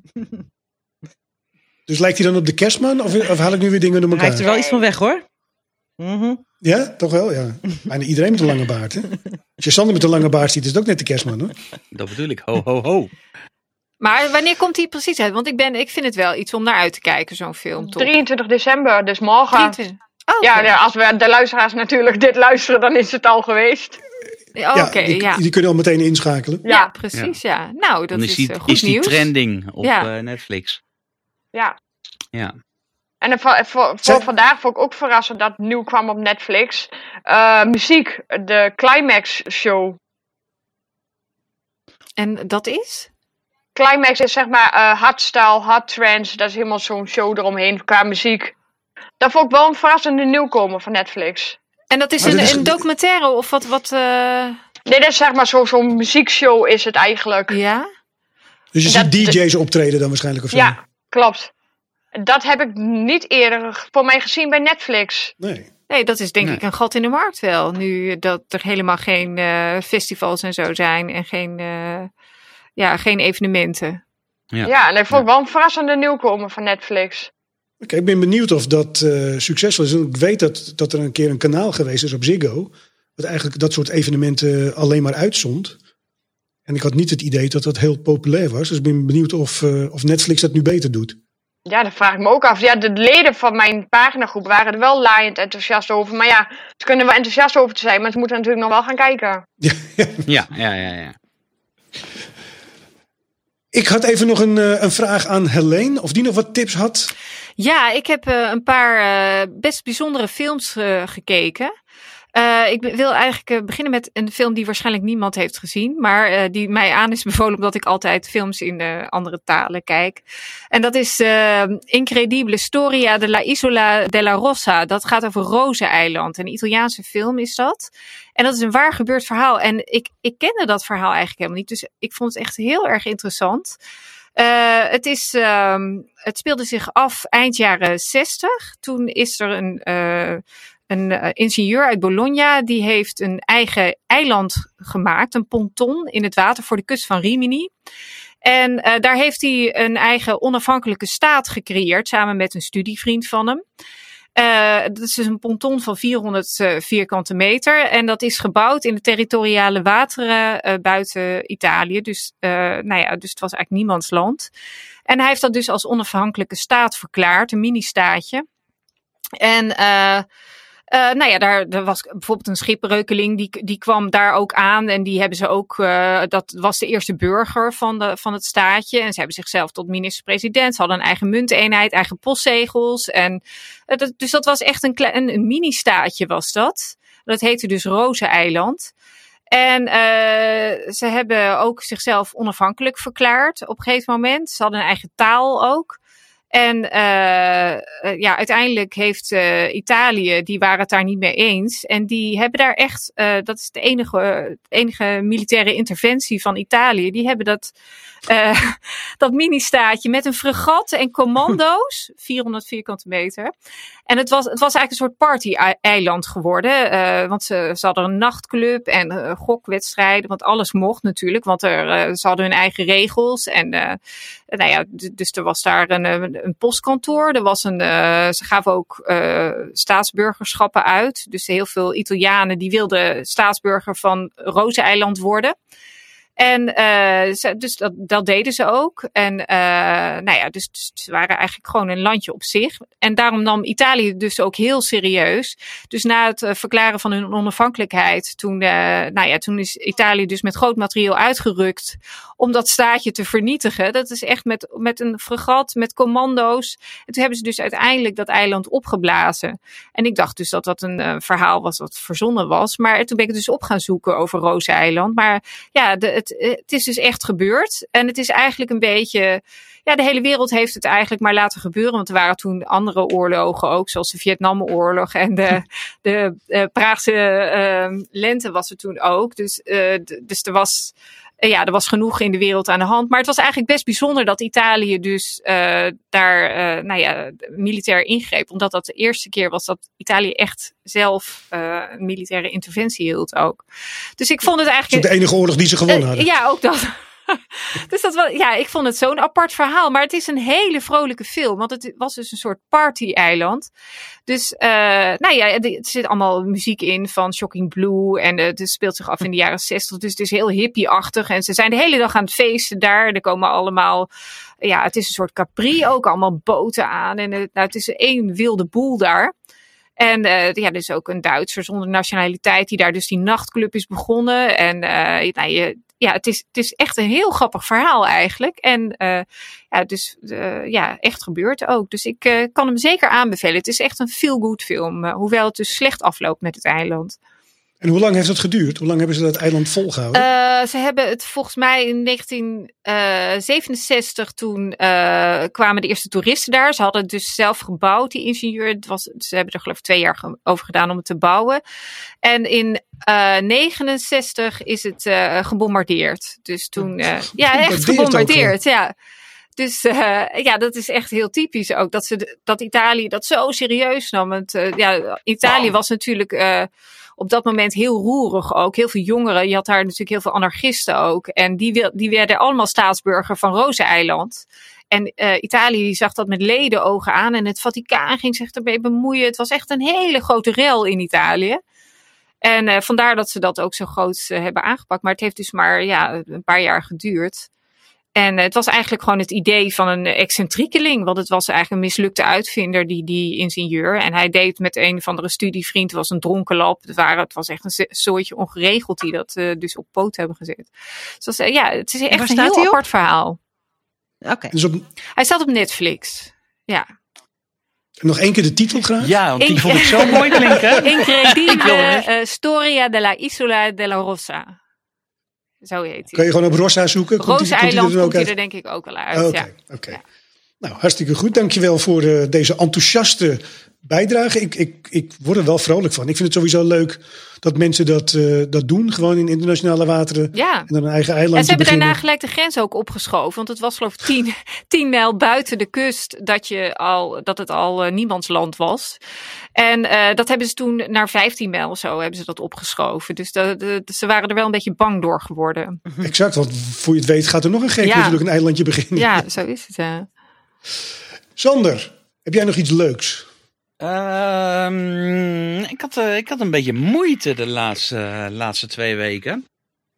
Dus lijkt hij dan op de Kerstman? Of haal ik nu weer dingen door elkaar? Hij heeft er wel iets van weg, hoor. Ja, toch wel? Ja. Bijna iedereen met een lange baard, hè? Als je Sander met een lange baard ziet, is het ook net de Kerstman, hoor. Dat bedoel ik. Ho, ho, ho. Maar wanneer komt die precies uit? Want ik vind het wel iets om naar uit te kijken, zo'n film, toch? 23 december, dus morgen. 23. Oh, okay. Ja, als we de luisteraars natuurlijk dit luisteren, dan is het al geweest. Die kunnen al meteen inschakelen. Ja, precies, ja. Nou, dat is goed is die nieuws. trending op Netflix. Ja. Ja. En voor vandaag vond ik ook verrassend dat nieuw kwam op Netflix. Muziek, de Climax Show. En dat is? Climax is zeg maar hardstyle, hard trance. Dat is helemaal zo'n show eromheen qua muziek. Dat vond ik wel een verrassende nieuwkomer van Netflix. En dat is een documentaire of wat? Nee, dat is zeg maar zo'n muziekshow is het eigenlijk. Ja? Dus je ziet DJ's optreden dan waarschijnlijk of zo? Ja, klopt. Dat heb ik niet eerder voor mij gezien bij Netflix. Nee, dat is denk ik een gat in de markt wel. Nu dat er helemaal geen festivals en zo zijn en geen evenementen. Ja, en dat vond ik wel een verrassende nieuwkomer van Netflix. Oké, ik ben benieuwd of dat succesvol is. Ik weet dat er een keer een kanaal geweest is op Ziggo. Dat eigenlijk dat soort evenementen alleen maar uitzond. En ik had niet het idee dat dat heel populair was. Dus ik ben benieuwd of Netflix dat nu beter doet. Ja, dat vraag ik me ook af. Ja, de leden van mijn paginagroep waren er wel laaiend enthousiast over. Maar ja, ze kunnen wel enthousiast over te zijn, maar ze moeten natuurlijk nog wel gaan kijken. Ja. Ik had even nog een vraag aan Helene. Of die nog wat tips had? Ja, ik heb een paar best bijzondere films gekeken. Ik wil eigenlijk beginnen met een film die waarschijnlijk niemand heeft gezien. Maar die mij aan is bevolen omdat ik altijd films in andere talen kijk. En dat is Incredibile Storia della Isola della Rosa. Dat gaat over Rozeneiland. Een Italiaanse film is dat. En dat is een waar gebeurd verhaal. En ik kende dat verhaal eigenlijk helemaal niet. Dus ik vond het echt heel erg interessant. Het speelde zich af eind jaren 60. Toen is er een ingenieur uit Bologna, die heeft een eigen eiland gemaakt, een ponton in het water voor de kust van Rimini. En daar heeft hij een eigen onafhankelijke staat gecreëerd, samen met een studievriend van hem. Dat is dus een ponton van 400 vierkante meter. En dat is gebouwd in de territoriale wateren buiten Italië. Dus het was eigenlijk niemands land. En hij heeft dat dus als onafhankelijke staat verklaard, een mini-staatje. En daar was bijvoorbeeld een schipbreukeling, die kwam daar ook aan. En die hebben ze ook, dat was de eerste burger van het staatje. En ze hebben zichzelf tot minister-president. Ze hadden een eigen munteenheid, eigen postzegels. En dus dat was echt een mini-staatje was dat. Dat heette dus Rozeneiland. En ze hebben ook zichzelf onafhankelijk verklaard op een gegeven moment. Ze hadden een eigen taal ook. En uiteindelijk heeft Italië, die waren het daar niet mee eens. En die hebben daar echt, dat is de enige militaire interventie van Italië. Die hebben dat mini-staatje met een fregat en commando's, 400 vierkante meter. En het was eigenlijk een soort party-eiland geworden. Want ze hadden een nachtclub en gokwedstrijden. Want alles mocht natuurlijk. Want ze hadden hun eigen regels. En dus er was daar een postkantoor. Ze gaven ook staatsburgerschappen uit. Dus heel veel Italianen die wilden staatsburger van Rozeneiland worden. En dus dat deden ze ook. En dus ze waren eigenlijk gewoon een landje op zich. En daarom nam Italië dus ook heel serieus. Dus na het verklaren van hun onafhankelijkheid, toen is Italië dus met groot materieel uitgerukt om dat staatje te vernietigen. Dat is echt met een fregat, met commando's. En toen hebben ze dus uiteindelijk dat eiland opgeblazen. En ik dacht dus dat dat een verhaal was dat verzonnen was. Maar toen ben ik dus op gaan zoeken over Rozeneiland. Maar ja, het is dus echt gebeurd. En het is eigenlijk een beetje, ja, de hele wereld heeft het eigenlijk maar laten gebeuren. Want er waren toen andere oorlogen ook, zoals de Vietnamoorlog en de Praagse lente was er toen ook. Dus er was genoeg in de wereld aan de hand. Maar het was eigenlijk best bijzonder dat Italië dus militair ingreep. Omdat dat de eerste keer was dat Italië echt zelf een militaire interventie hield ook. Dus ik vond het eigenlijk... Dat is de enige oorlog die ze gewonnen hadden. Ja, ook dat. Dus ik vond het zo'n apart verhaal. Maar het is een hele vrolijke film. Want het was dus een soort party-eiland. Dus er zit allemaal muziek in van Shocking Blue. En het speelt zich af in de jaren 60. Dus het is heel hippie-achtig. En ze zijn de hele dag aan het feesten daar. Er komen allemaal... Ja, het is een soort Capri ook. Allemaal boten aan. En het is één wilde boel daar. En er is ook een Duitser zonder nationaliteit die daar dus die nachtclub is begonnen. En het is echt een heel grappig verhaal eigenlijk. En echt gebeurt ook. Dus ik kan hem zeker aanbevelen. Het is echt een feel-good film. Hoewel het dus slecht afloopt met het eiland. En hoe lang heeft het geduurd? Hoe lang hebben ze dat eiland volgehouden? Ze hebben het volgens mij in 1967, toen kwamen de eerste toeristen daar. Ze hadden het dus zelf gebouwd, die ingenieur. Ze hebben er geloof ik 2 jaar over gedaan om het te bouwen. En in 1969 is het gebombardeerd. Dus toen, echt gebombardeerd, ja. Dus dat is echt heel typisch ook. Dat Italië dat zo serieus nam. Want Italië was natuurlijk op dat moment heel roerig ook. Heel veel jongeren. Je had daar natuurlijk heel veel anarchisten ook. En die werden allemaal staatsburger van Rozeneiland. En Italië zag dat met ledenogen aan. En het Vaticaan ging zich ermee bemoeien. Het was echt een hele grote rel in Italië. En vandaar dat ze dat ook zo groot hebben aangepakt. Maar het heeft dus maar een paar jaar geduurd. En het was eigenlijk gewoon het idee van een excentriekeling. Want het was eigenlijk een mislukte uitvinder, die ingenieur. En hij deed met een of andere studievriend. Het was een dronkenlap. Het was echt een soortje ongeregeld die dat dus op poot hebben gezet. Dus het is echt een heel apart verhaal. Oké. Dus hij staat op Netflix. Ja. Nog 1 keer de titel graag? Ja, want die vond ik zo mooi klinken. Incredibile Storia della Isola della Rossa. Zo heet hij. Kan je gewoon op Rossa zoeken? Rozeneiland komt hij er denk ik ook wel uit. Oké. Ja. Nou, hartstikke goed. Dankjewel voor deze enthousiaste bijdrage. Ik word er wel vrolijk van. Ik vind het sowieso leuk dat mensen dat doen. Gewoon in internationale wateren. Ja. En dan een eigen eilandje en ze hebben beginnen. daarna gelijk de grens ook opgeschoven. Want het was geloof ik 10 mijl buiten de kust dat het al niemandsland was. En dat hebben ze toen naar 15 mijl of zo hebben ze dat opgeschoven. Dus ze waren er wel een beetje bang door geworden. Exact, want voor je het weet gaat er nog een gek natuurlijk een eilandje beginnen. Ja, zo is het. Sander, heb jij nog iets leuks? Ik had een beetje moeite de laatste 2 weken.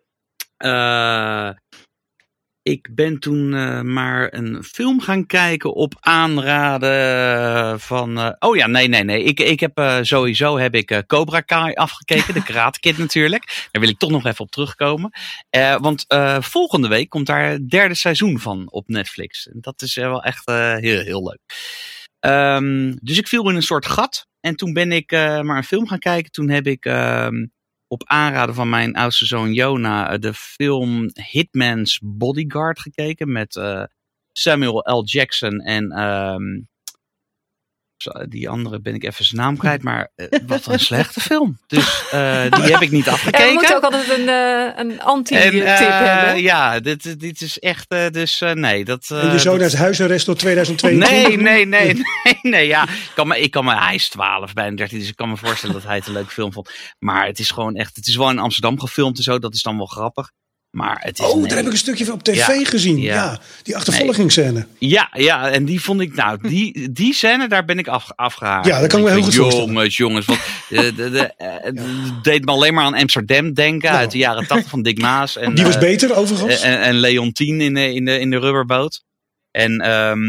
Ik ben toen maar een film gaan kijken op aanraden van... nee. Ik heb sowieso Cobra Kai afgekeken, de Karate Kid natuurlijk. Daar wil ik toch nog even op terugkomen. Want volgende week komt daar het 3e seizoen van op Netflix. En dat is wel echt heel, heel leuk. Dus ik viel in een soort gat. En toen ben ik maar een film gaan kijken. Toen heb ik op aanraden van mijn oudste zoon Jona de film Hitman's Bodyguard gekeken. Met Samuel L. Jackson en die andere ben ik even zijn naam kwijt. Maar wat een slechte film. Dus die heb ik niet afgekeken. We moeten ook altijd een anti-tip hebben. Ja, dit is echt... nee. En je zoon uit huisarrest tot 2022? Nee. Ja. Hij is 12, bijna 13. Dus ik kan me voorstellen dat hij het een leuke film vond. Maar het is gewoon echt... Het is wel in Amsterdam gefilmd en zo. Dat is dan wel grappig. Maar het is daar heb ik een stukje van op tv gezien. Ja, die achtervolgingsscène. Ja, en die vond ik, die scène, daar ben ik afgehaakt. Ja, dat kan ik me heel goed voorstellen. Jongens, want het deed me alleen maar aan Amsterdam denken, uit de jaren 80 van Dick Maas. En, die was beter, overigens. En Leontien in de rubberboot. En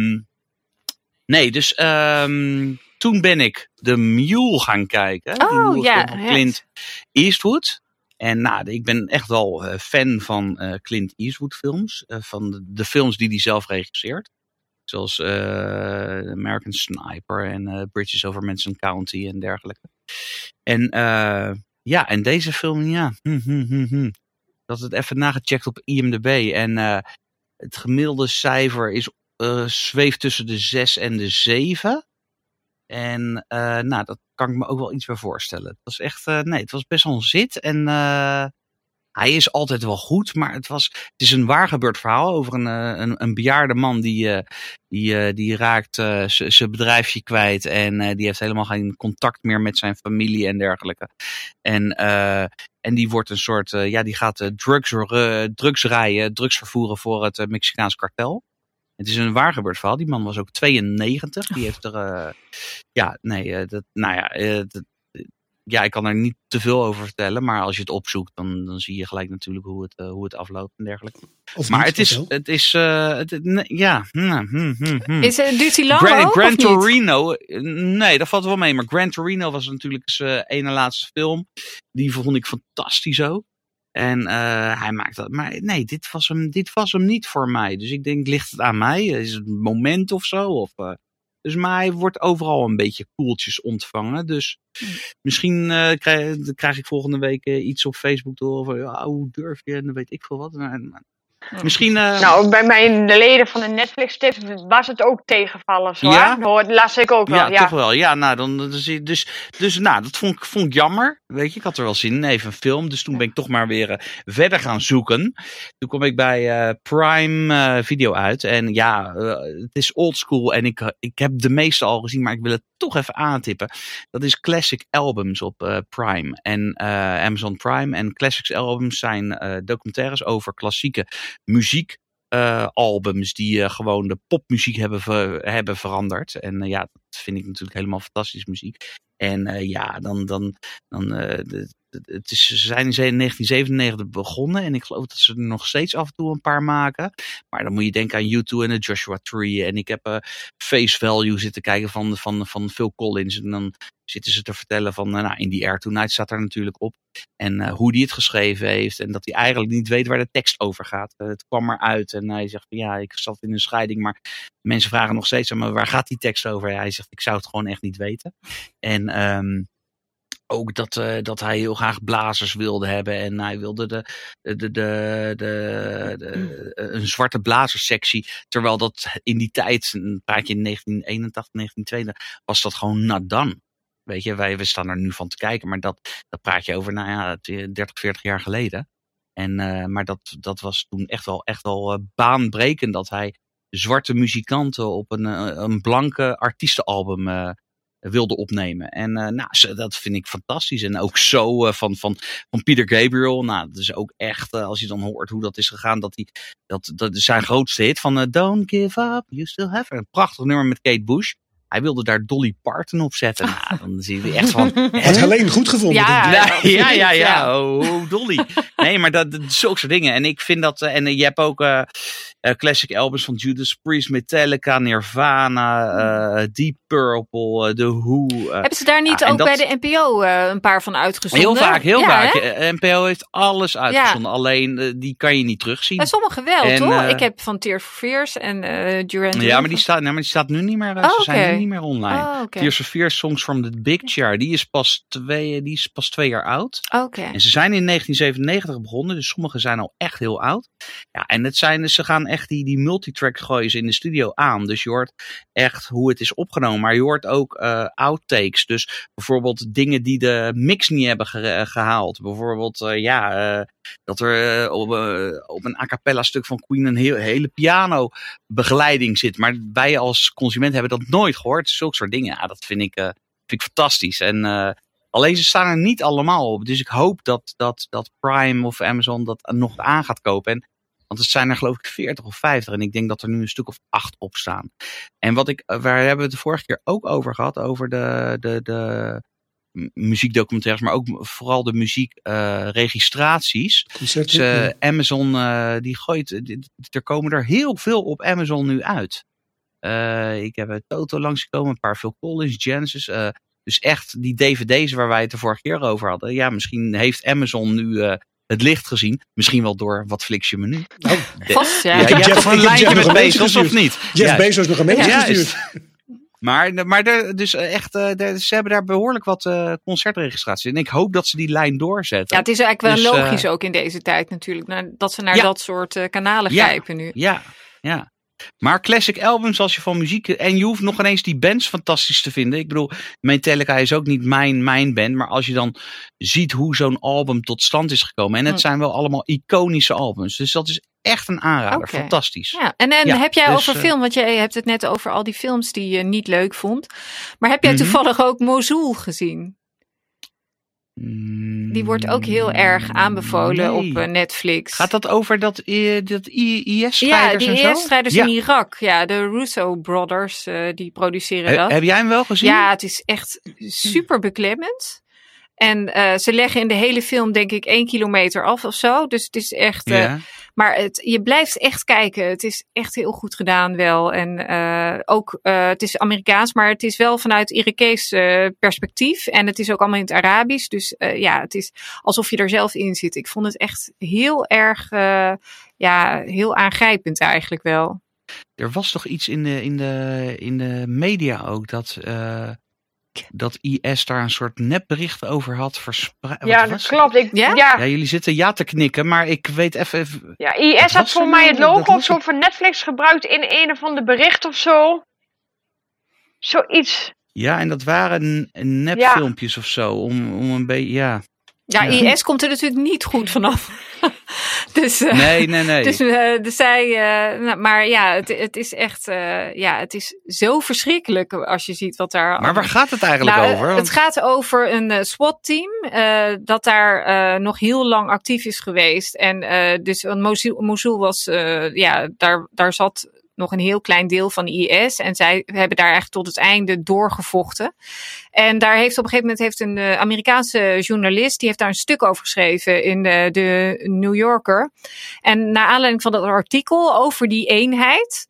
toen ben ik The Mule gaan kijken. Oh, ja. Van Clint Eastwood. En ik ben echt wel fan van Clint Eastwood films. Van de films die hij zelf regisseert. Zoals American Sniper en Bridges over Madison County en dergelijke. En en deze film, dat het even nagecheckt op IMDb. En het gemiddelde cijfer is zweeft tussen de 6 en de 7. En dat kan ik me ook wel iets bij voorstellen. Het was echt, het was best wel een zit. En hij is altijd wel goed, maar het is een waar gebeurd verhaal over een bejaarde man die raakt zijn bedrijfje kwijt. En die heeft helemaal geen contact meer met zijn familie en dergelijke. En die wordt een soort, die gaat drugs rijden, drugs vervoeren voor het Mexicaans kartel. Het is een waar gebeurd verhaal. Die man was ook 92. Die heeft er... ik kan er niet te veel over vertellen. Maar als je het opzoekt, dan zie je gelijk natuurlijk hoe het afloopt en dergelijke. Maar duurt hij lang Gran Torino, nee, dat valt wel mee. Maar Gran Torino was natuurlijk zijn ene laatste film. Die vond ik fantastisch ook. En hij maakt dat. Maar nee, dit was hem niet voor mij. Dus ik denk, ligt het aan mij? Is het een moment of zo? Maar hij wordt overal een beetje koeltjes ontvangen. Dus misschien krijg ik volgende week iets op Facebook door. Van, hoe durf je? En dan weet ik veel wat. Misschien... bij de leden van de Netflix-tips was het ook tegenvallen. Hoor. Ja? Dat las ik ook wel. Ja, toch wel. Ja, dat vond ik jammer. Weet je, ik had er wel zin in. Even een film. Dus toen ben ik toch maar weer verder gaan zoeken. Toen kwam ik bij Prime Video uit. En het is oldschool. En ik heb de meeste al gezien. Maar ik wil het toch even aantippen. Dat is Classic Albums op Prime. En Amazon Prime. En Classics Albums zijn documentaires over klassieke muziekalbums die gewoon de popmuziek hebben veranderd. En dat vind ik natuurlijk helemaal fantastisch muziek. En ze zijn in 1997 begonnen en ik geloof dat ze er nog steeds af en toe een paar maken. Maar dan moet je denken aan U2 en de Joshua Tree. En ik heb Face Value zitten kijken van Phil Collins. En dan zitten ze te vertellen van In the Air Tonight staat er natuurlijk op. En hoe die het geschreven heeft. En dat hij eigenlijk niet weet waar de tekst over gaat. Het kwam eruit en hij zegt ik zat in een scheiding. Maar mensen vragen nog steeds aan me, waar gaat die tekst over? Hij zegt, ik zou het gewoon echt niet weten. En ook dat hij heel graag blazers wilde hebben. En hij wilde een zwarte blazerssectie. Terwijl dat in die tijd, een paar keer in 1981, 1982, was dat gewoon not done. Weet je, we staan er nu van te kijken. Maar dat praat je over 30, 40 jaar geleden. Maar dat was toen echt wel baanbrekend. Dat hij zwarte muzikanten op een blanke artiestenalbum wilde opnemen. En dat vind ik fantastisch. En ook zo van Peter Gabriel. Dat is ook echt, als je dan hoort hoe dat is gegaan, dat is zijn grootste hit van Don't Give Up, You Still Have. Een prachtig nummer met Kate Bush. Hij wilde daar Dolly Parton op zetten. Dan zie je echt van... Had Helene goed gevonden. Ja. Oh, Dolly. Nee, maar dat zulke soort dingen. En ik vind dat... En je hebt ook classic albums van Judas Priest, Metallica, Nirvana, Deep Purple, The Who. Hebben ze daar niet ook bij de NPO een paar van uitgezonden? Heel vaak. NPO heeft alles uitgezonden. Alleen, die kan je niet terugzien. Bij sommigen wel, toch? Ik heb van Tears for Fears en Duran. Ja, maar die staat nu niet meer. Ze zijn nu niet meer online. Tears for Fears, Songs from the Big Chair, die is pas 2 jaar oud. En ze zijn in 1997 begonnen, dus sommige zijn al echt heel oud. Ja, en ze gaan echt die multitrack gooien ze in de studio aan. Dus je hoort echt hoe het is opgenomen. Maar je hoort ook outtakes. Dus bijvoorbeeld dingen die de mix niet hebben gehaald. Bijvoorbeeld dat er op een a cappella stuk van Queen een hele piano begeleiding zit. Maar wij als consument hebben dat nooit gehoord. Zulke soort dingen. Ja, dat vind ik fantastisch. En Alleen ze staan er niet allemaal op. Dus ik hoop dat Prime of Amazon dat nog aan gaat kopen. Want het zijn er geloof ik 40 of 50. En ik denk dat er nu een stuk of 8 op staan. En waar hebben we het de vorige keer ook over gehad? Over de muziekdocumentaires, maar ook vooral de muziekregistraties. Dus, Amazon die gooit, er komen er heel veel op Amazon nu uit. Ik heb Toto langsgekomen, een paar Phil Collins, Genesis. Dus echt die dvd's waar wij het de vorige keer over hadden. Ja, misschien heeft Amazon nu het licht gezien. Misschien wel door wat fliks je me nu. Vast, ja. Ik heb Jeff een lijntje met Bezos gestuurd. of niet? Jeff Bezos nog een mailtje gestuurd. Dus echt, ze hebben daar behoorlijk wat concertregistraties. En ik hoop dat ze die lijn doorzetten. Ja, het is eigenlijk wel logisch ook in deze tijd natuurlijk. Dat ze naar dat soort kanalen grijpen nu. Ja. Maar classic albums als je van muziek... En je hoeft nog ineens die bands fantastisch te vinden. Ik bedoel, Metallica is ook niet mijn band. Maar als je dan ziet hoe zo'n album tot stand is gekomen. En het zijn wel allemaal iconische albums. Dus dat is echt een aanrader. Okay. Fantastisch. Ja. En heb jij over film... Want jij hebt het net over al die films die je niet leuk vond. Maar heb jij toevallig ook Mosul gezien? Die wordt ook heel erg aanbevolen op Netflix. Gaat dat over dat IS-strijders Ja, die en zo? IS-strijders in Irak. Ja, de Russo Brothers, die produceren dat. Heb jij hem wel gezien? Ja, het is echt super beklemmend. En ze leggen in de hele film denk ik 1 kilometer af of zo. Dus het is echt... Maar je blijft echt kijken. Het is echt heel goed gedaan wel. En het is Amerikaans, maar het is wel vanuit Irakees perspectief. En het is ook allemaal in het Arabisch. Dus het is alsof je er zelf in zit. Ik vond het echt heel erg, heel aangrijpend eigenlijk wel. Er was toch iets in de media ook dat IS daar een soort nepbericht over had verspreid. Ja, dat klopt. Ja, jullie zitten te knikken, maar ik weet even... Ja, IS had voor mij het logo of zo van Netflix gebruikt in een of ander bericht of zo. Zoiets. Ja, en dat waren nepfilmpjes of zo, om een beetje... Ja, IS komt er natuurlijk niet goed vanaf. Dus, nee. Dus maar ja, het is echt, het is zo verschrikkelijk als je ziet wat daar... Maar waar gaat het eigenlijk over? Want... Het gaat over een SWAT-team dat daar nog heel lang actief is geweest. En dus Mosul was, daar zat nog een heel klein deel van de IS. En zij hebben daar eigenlijk tot het einde doorgevochten. En daar heeft op een gegeven moment een Amerikaanse journalist, die heeft daar een stuk over geschreven in de New Yorker. En naar aanleiding van dat artikel over die eenheid...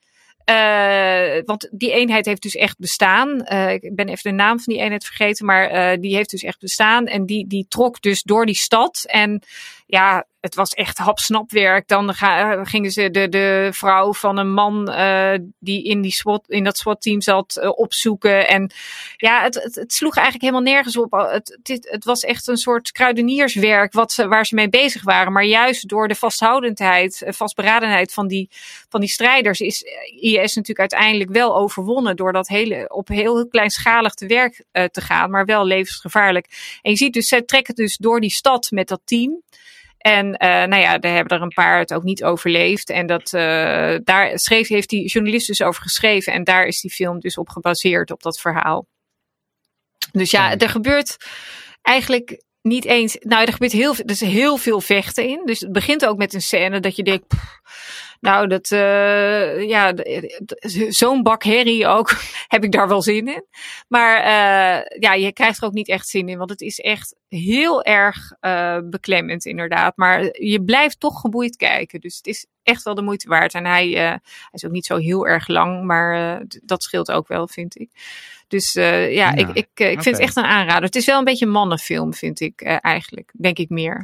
want die eenheid heeft dus echt bestaan. Ik ben even de naam van die eenheid vergeten, maar die heeft dus echt bestaan. En die trok dus door die stad. En ja, het was echt hapsnapwerk. Dan gingen ze de vrouw van een man die in dat SWAT-team zat opzoeken. En ja, het sloeg eigenlijk helemaal nergens op. Het was echt een soort kruidenierswerk waar ze mee bezig waren. Maar juist door de vastberadenheid van die strijders is IS natuurlijk uiteindelijk wel overwonnen door dat op heel kleinschalig te werk te gaan, maar wel levensgevaarlijk. En je ziet dus, zij trekken dus door die stad met dat team. En daar hebben er een paar het ook niet overleefd. En daar heeft die journalist dus over geschreven. En daar is die film dus op gebaseerd, op dat verhaal. Dus ja, er gebeurt eigenlijk niet eens... Nou, er is heel veel vechten in. Dus het begint ook met een scène dat je denkt... zo'n bak herrie ook, heb ik daar wel zin in. Maar je krijgt er ook niet echt zin in, want het is echt heel erg beklemmend inderdaad. Maar je blijft toch geboeid kijken, dus het is echt wel de moeite waard. En hij is ook niet zo heel erg lang, maar dat scheelt ook wel, vind ik. Dus ik vind het echt een aanrader. Het is wel een beetje een mannenfilm, vind ik eigenlijk, denk ik meer.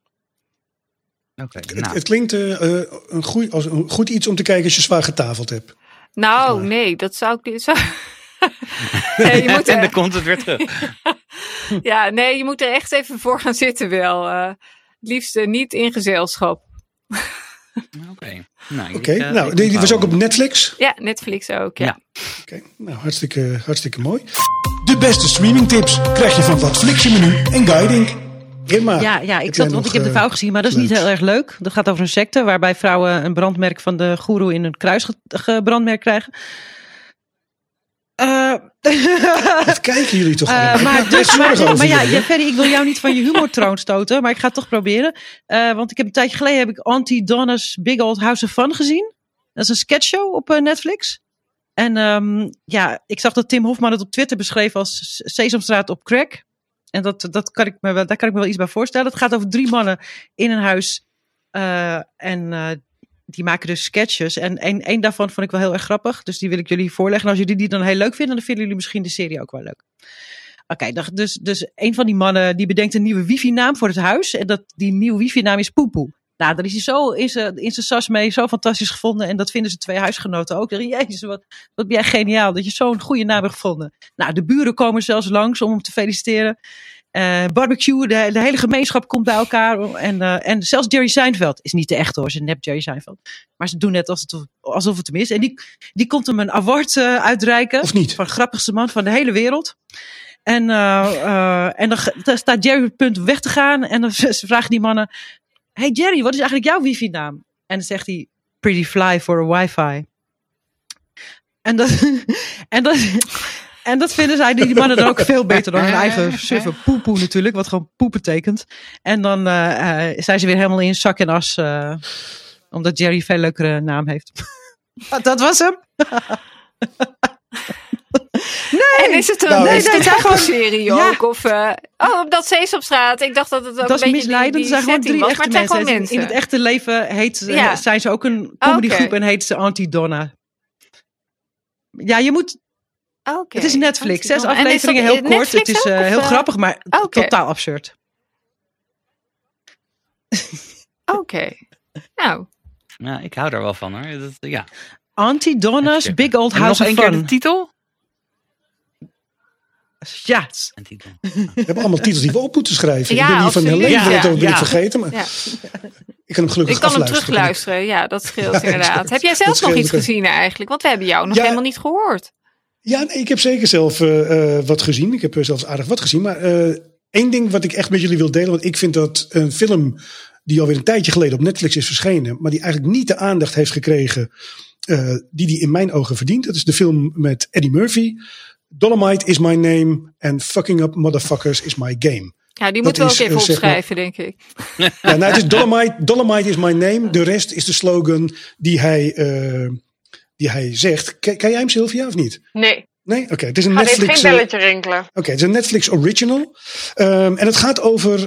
Het klinkt als een goed iets om te kijken als je zwaar getafeld hebt. Nou, nee, dat zou ik niet. En dan komt het weer terug. Ja, nee, je moet er echt even voor gaan zitten wel. Het liefst niet in gezelschap. Oké. Die was ook op Netflix? Ja, Netflix ook, ja. Oké, nou hartstikke mooi. De beste streamingtips krijg je van Wat Flix je Menu en Guiding. Ja, ik heb de vouw gezien, maar dat is niet heel erg leuk. Dat gaat over een secte waarbij vrouwen een brandmerk van de goeroe in hun kruis gebrandmerkt krijgen. Wat kijken jullie toch allemaal? Maar Ferry, ik wil jou niet van je humortroon stoten, maar ik ga het toch proberen. Want ik heb een tijdje geleden Auntie Donna's Big Old House of Fun gezien. Dat is een sketchshow op Netflix. En ik zag dat Tim Hofman het op Twitter beschreef als Sesamstraat op crack. En daar kan ik me wel iets bij voorstellen. Het gaat over 3 mannen in een huis. Die maken dus sketches. En één daarvan vond ik wel heel erg grappig. Dus die wil ik jullie voorleggen. En als jullie die dan heel leuk vinden, dan vinden jullie misschien de serie ook wel leuk. Oké, dus een van die mannen die bedenkt een nieuwe wifi-naam voor het huis. En die nieuwe wifi-naam is Poepoe. Nou, daar is hij zo in zijn sas mee, zo fantastisch gevonden. En dat vinden zijn 2 huisgenoten ook. Jezus, wat ben jij geniaal dat je zo'n goede naam hebt gevonden. Nou, de buren komen zelfs langs om hem te feliciteren. Barbecue, de hele gemeenschap komt bij elkaar. En zelfs Jerry Seinfeld is niet de echte hoor, ze nep Jerry Seinfeld. Maar ze doen net alsof het hem is. En die komt hem een award uitreiken. Of niet? Van de grappigste man van de hele wereld. En dan staat Jerry op het punt weg te gaan. En dan vragen die mannen: hey Jerry, wat is eigenlijk jouw wifi-naam? En dan zegt hij: Pretty fly for a wifi. En dat vinden zij, die mannen dan ook veel beter dan hun eigen suffe Poepoe natuurlijk. Wat gewoon poep betekent. En dan zijn ze weer helemaal in zak en as. Omdat Jerry een veel leukere naam heeft. Dat was hem. Nee. En is het een serie ook? Of, op dat Sesamstraat. Ik dacht dat het ook dat een is misleidend. beetje Er zijn gewoon 3 echte mensen. Gewoon mensen. In het echte leven zijn ze ook een comedygroep en heet ze Auntie Donna. Ja, je moet... Het is Netflix. 6 afleveringen, heel kort. Netflix het is heel grappig, maar totaal absurd. Oké. Nou. Ja, ik hou daar wel van hoor. Auntie Donna's Big Old House of Fun. Nog 1 keer de titel? Ja. We hebben allemaal titels die we op moeten schrijven. Ja, ik ben hier van Helene ben ik vergeten. Maar ik kan hem gelukkig Ik kan hem terugluisteren. Ja, dat scheelt inderdaad. Heb jij zelf nog iets gezien eigenlijk? Want we hebben jou nog helemaal niet gehoord. Ja, nee, ik heb zeker zelf wat gezien. Ik heb zelfs aardig wat gezien. Maar 1 ding wat ik echt met jullie wil delen. Want ik vind dat een film die alweer een tijdje geleden op Netflix is verschenen. Maar die eigenlijk niet de aandacht heeft gekregen die in mijn ogen verdient. Dat is de film met Eddie Murphy. Dolomite is my name and fucking up motherfuckers is my game. Ja, die moeten we ook even opschrijven, denk ik. Ja, nou, het is Dolomite is my name. De rest is de slogan die hij zegt. Ken jij hem, Sylvia, of niet? Nee. Nee? Oké. Het is een Netflix. Netflix. Geen belletje rinkelen. Oké, het is een Netflix original. En het gaat over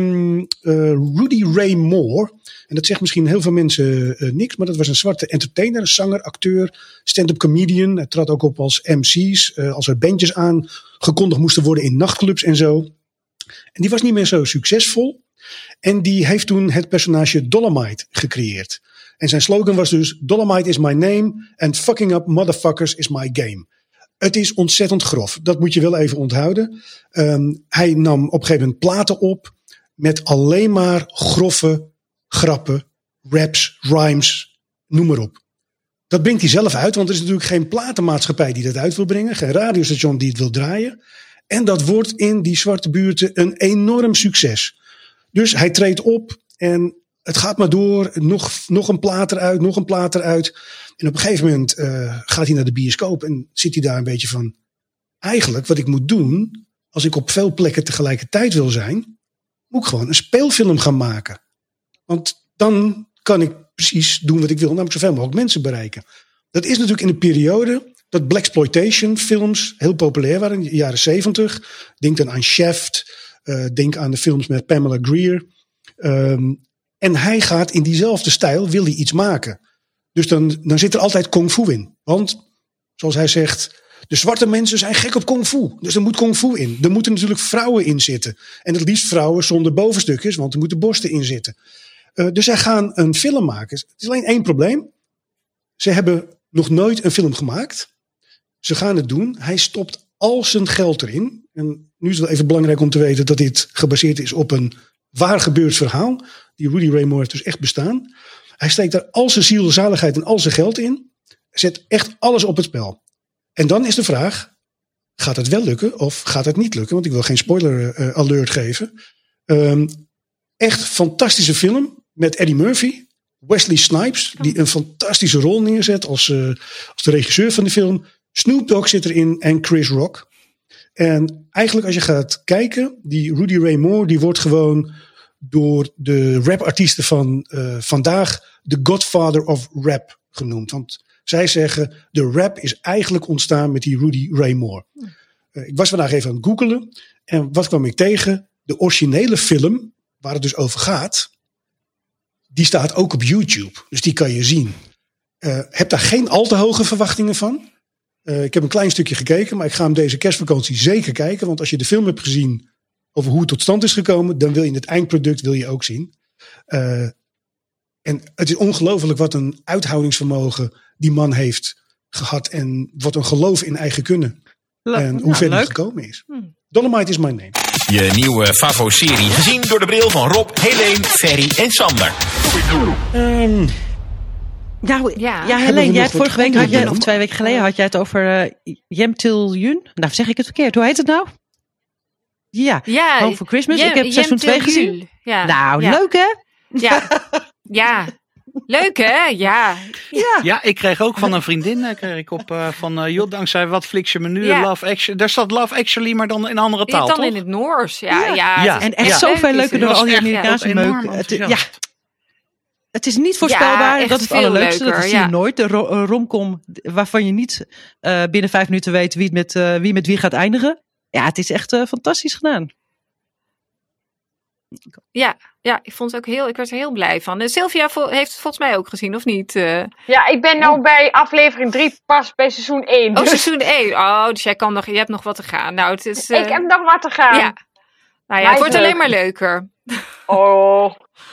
Rudy Ray Moore. En dat zegt misschien heel veel mensen niks. Maar dat was een zwarte entertainer, zanger, acteur, stand-up comedian. Hij trad ook op als MC's. Als er bandjes aangekondigd moesten worden in nachtclubs en zo. En die was niet meer zo succesvol. En die heeft toen het personage Dolomite gecreëerd. En zijn slogan was dus: Dolomite is my name and fucking up motherfuckers is my game. Het is ontzettend grof. Dat moet je wel even onthouden. Hij nam op een gegeven moment platen op met alleen maar grove grappen, raps, rhymes, noem maar op. Dat brengt hij zelf uit, want er is natuurlijk geen platenmaatschappij die dat uit wil brengen. Geen radiostation die het wil draaien. En dat wordt in die zwarte buurten een enorm succes. Dus hij treedt op en het gaat maar door. Nog een plaat eruit, nog een plaat eruit. En op een gegeven moment gaat hij naar de bioscoop en zit hij daar een beetje van: eigenlijk wat ik moet doen, als ik op veel plekken tegelijkertijd wil zijn, moet ik gewoon een speelfilm gaan maken. Want dan kan ik precies doen wat ik wil, namelijk zoveel mogelijk mensen bereiken. Dat is natuurlijk in een periode dat blaxploitation films heel populair waren in de jaren 70. Denk dan aan Shaft, denk aan de films met Pamela Grier. En hij gaat in diezelfde stijl, wil hij iets maken. Dus dan zit er altijd kung fu in. Want, zoals hij zegt, de zwarte mensen zijn gek op kung fu. Dus er moet kung fu in. Er moeten natuurlijk vrouwen in zitten. En het liefst vrouwen zonder bovenstukjes, want er moeten borsten in zitten. Dus zij gaan een film maken. Het is alleen 1 probleem. Ze hebben nog nooit een film gemaakt. Ze gaan het doen. Hij stopt al zijn geld erin. En nu is het wel even belangrijk om te weten dat dit gebaseerd is op een waar gebeurd verhaal. Die Rudy Ray Moore heeft dus echt bestaan. Hij steekt daar al zijn ziel, zaligheid en al zijn geld in. Zet echt alles op het spel. En dan is de vraag: gaat het wel lukken of gaat het niet lukken? Want ik wil geen spoiler alert geven. Echt fantastische film met Eddie Murphy. Wesley Snipes, die een fantastische rol neerzet als de regisseur van de film. Snoop Dogg zit erin en Chris Rock. En eigenlijk als je gaat kijken, die Rudy Ray Moore, die wordt gewoon door de rapartiesten van vandaag de Godfather of Rap genoemd. Want zij zeggen, de rap is eigenlijk ontstaan met die Rudy Ray Moore. Ik was vandaag even aan het googelen. En wat kwam ik tegen? De originele film, waar het dus over gaat, die staat ook op YouTube. Dus die kan je zien. Heb daar geen al te hoge verwachtingen van. Ik heb een klein stukje gekeken, maar ik ga hem deze kerstvakantie zeker kijken. Want als je de film hebt gezien over hoe het tot stand is gekomen, dan wil je het eindproduct ook zien. En het is ongelooflijk wat een uithoudingsvermogen die man heeft gehad. En wat een geloof in eigen kunnen. En hoe ver die gekomen is. Dolomite is my name. Je nieuwe Favo-serie gezien door de bril van Rob, Helene, Ferry en Sander. Helene, jij vorige week of 2 weken geleden had jij het over Jemtil Yun. Nou, zeg ik het verkeerd. Hoe heet het nou? Ja, Home for Christmas. Ik heb seizoen 2 gezien. Ja. Nou, leuk hè? Ja. Leuk hè? Ja, ik kreeg ook van een vriendin joh, dankzij wat Flixje menu, Love Actually. Daar staat Love Actually, maar dan in een andere taal, dan toch? in het Noors. Ja. En echt zoveel leuker door al die Amerikaanse meuk. Het is niet voorspelbaar. Dat is het allerleukste. Leuker, dat zie je nooit. De romcom waarvan je niet binnen 5 minuten weet wie met wie gaat eindigen. Ja, het is echt fantastisch gedaan. Ja, ik vond het ook ik werd er heel blij van. Sylvia heeft het volgens mij ook gezien, of niet? Ja, ik ben nou bij aflevering 3 pas bij seizoen 1. Dus. Seizoen 1. Oh, dus je hebt nog wat te gaan. Nou, het is, ik heb nog wat te gaan. Ja. Nou ja, het wordt alleen maar leuker. Oh.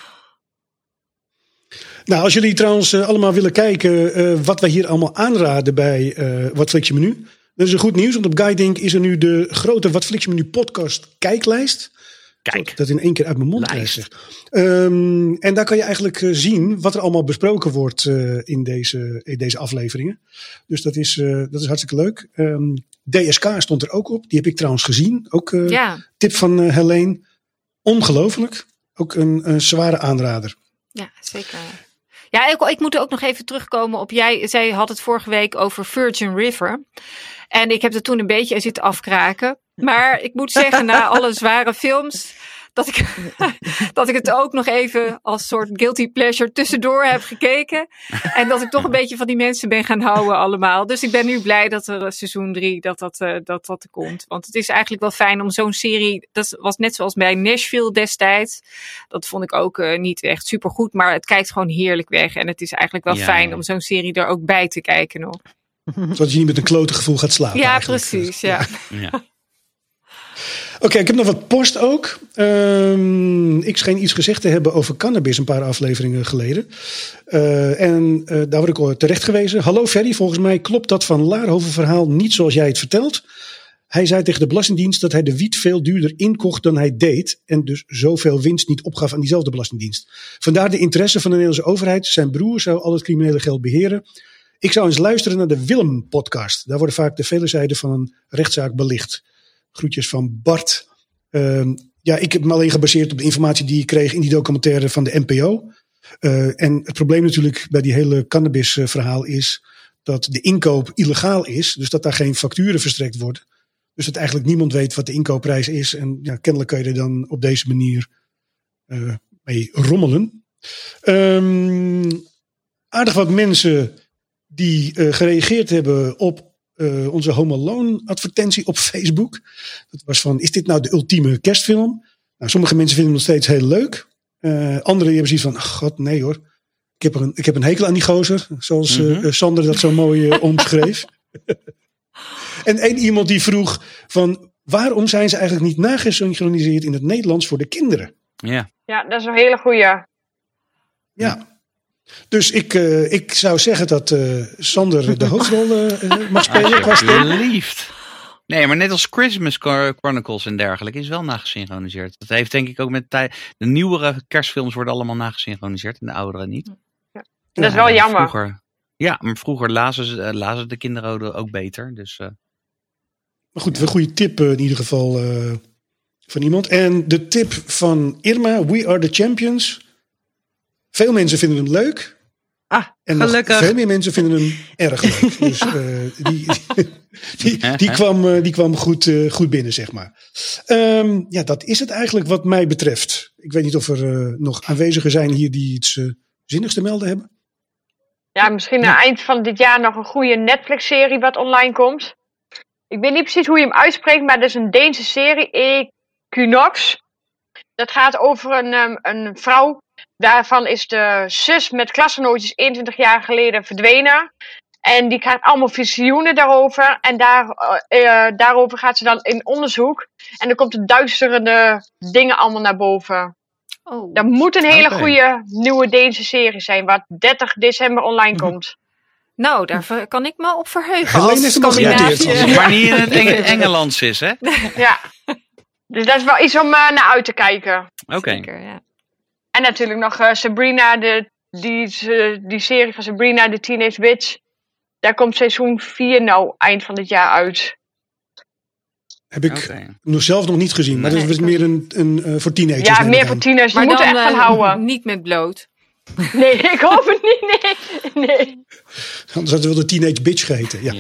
Nou, als jullie trouwens allemaal willen kijken wat wij hier allemaal aanraden bij Wat Flix Je Menu. Dat is een goed nieuws, want op Guiding is er nu de grote Wat Flix Je Menu podcast kijklijst. Kijk. Dat in 1 keer uit mijn mond krijg. En daar kan je eigenlijk zien wat er allemaal besproken wordt in deze afleveringen. Dus dat is hartstikke leuk. DSK stond er ook op. Die heb ik trouwens gezien. Ook tip van Helene. Ongelooflijk. Ook een zware aanrader. Ja, zeker. Ja, ik moet ook nog even terugkomen op zij had het vorige week over Virgin River. En ik heb er toen een beetje zitten afkraken. Maar ik moet zeggen, na alle zware films, dat ik het ook nog even als soort guilty pleasure tussendoor heb gekeken. En dat ik toch een beetje van die mensen ben gaan houden allemaal. Dus ik ben nu blij dat er seizoen 3 dat er komt. Want het is eigenlijk wel fijn om zo'n serie, dat was net zoals bij Nashville destijds. Dat vond ik ook niet echt supergoed, maar het kijkt gewoon heerlijk weg. En het is eigenlijk wel fijn om zo'n serie er ook bij te kijken nog. Zodat je niet met een klote gevoel gaat slapen. Ja, precies. Ja. Oké, ik heb nog wat post ook. Ik scheen iets gezegd te hebben over cannabis een paar afleveringen geleden. Daar word ik terecht gewezen. Hallo Ferry, volgens mij klopt dat Van Laarhoven verhaal niet zoals jij het vertelt. Hij zei tegen de Belastingdienst dat hij de wiet veel duurder inkocht dan hij deed. En dus zoveel winst niet opgaf aan diezelfde Belastingdienst. Vandaar de interesse van de Nederlandse overheid. Zijn broer zou al het criminele geld beheren. Ik zou eens luisteren naar de Willem-podcast. Daar worden vaak de vele zijden van een rechtszaak belicht. Groetjes van Bart. Ik heb me alleen gebaseerd op de informatie die ik kreeg in die documentaire van de NPO. En het probleem natuurlijk bij die hele cannabis verhaal is dat de inkoop illegaal is. Dus dat daar geen facturen verstrekt worden. Dus dat eigenlijk niemand weet wat de inkoopprijs is. En kennelijk kan je er dan op deze manier mee rommelen. Aardig wat mensen die gereageerd hebben op onze Home Alone advertentie op Facebook. Dat was van, is dit nou de ultieme kerstfilm? Nou, sommige mensen vinden het nog steeds heel leuk. Anderen hebben zoiets van, god nee hoor. Ik heb een hekel aan die gozer. Zoals Sander dat zo mooi omschreef. En één iemand die vroeg van, waarom zijn ze eigenlijk niet nagesynchroniseerd in het Nederlands voor de kinderen? Ja, dat is een hele goeie. Ja. Dus ik zou zeggen dat Sander de hoofdrol mag spelen. Alsjeblieft. Nee, maar net als Christmas Chronicles en dergelijke is wel nagesynchroniseerd. Dat heeft denk ik ook met de nieuwere kerstfilms worden allemaal nagesynchroniseerd en de oudere niet. Ja. Dat is wel jammer. Maar vroeger lazen de kinderen ook beter. Dus, Maar goed, een goede tip in ieder geval van iemand. En de tip van Irma, We Are The Champions. Veel mensen vinden hem leuk. En nog gelukkig. veel meer mensen vinden hem erg leuk. Dus die kwam goed binnen, zeg maar. Dat is het eigenlijk wat mij betreft. Ik weet niet of er nog aanwezigen zijn hier die iets zinnigs te melden hebben. Ja, misschien aan het eind van dit jaar nog een goede Netflix-serie wat online komt. Ik weet niet precies hoe je hem uitspreekt, maar dat is een Deense serie, Equinox. Dat gaat over een vrouw. Daarvan is de zus met klasgenootjes 21 jaar geleden verdwenen. En die krijgt allemaal visioenen daarover. En daarover gaat ze dan in onderzoek. En dan komt de duisterende dingen allemaal naar boven. Oh. Dat moet een hele goede nieuwe Deense serie zijn, wat 30 december online komt. Nou, daar kan ik me op verheugen. Helene als heeft hem al Scandinavië. genoteerd. Maar niet in het Engelands is, hè? Ja. Dus dat is wel iets om naar uit te kijken. Oké. Zeker, ja. En natuurlijk nog Sabrina, die serie van Sabrina, de Teenage Witch. Daar komt seizoen 4 nou eind van dit jaar uit. Heb ik zelf nog niet gezien. Maar dat is meer een voor teenagers. Ja, meer voor tieners. Die Maar moeten dan echt van houden. niet met bloot. Nee, ik hoop het niet. Nee. Anders had het wel de Teenage Bitch geheten. Ja.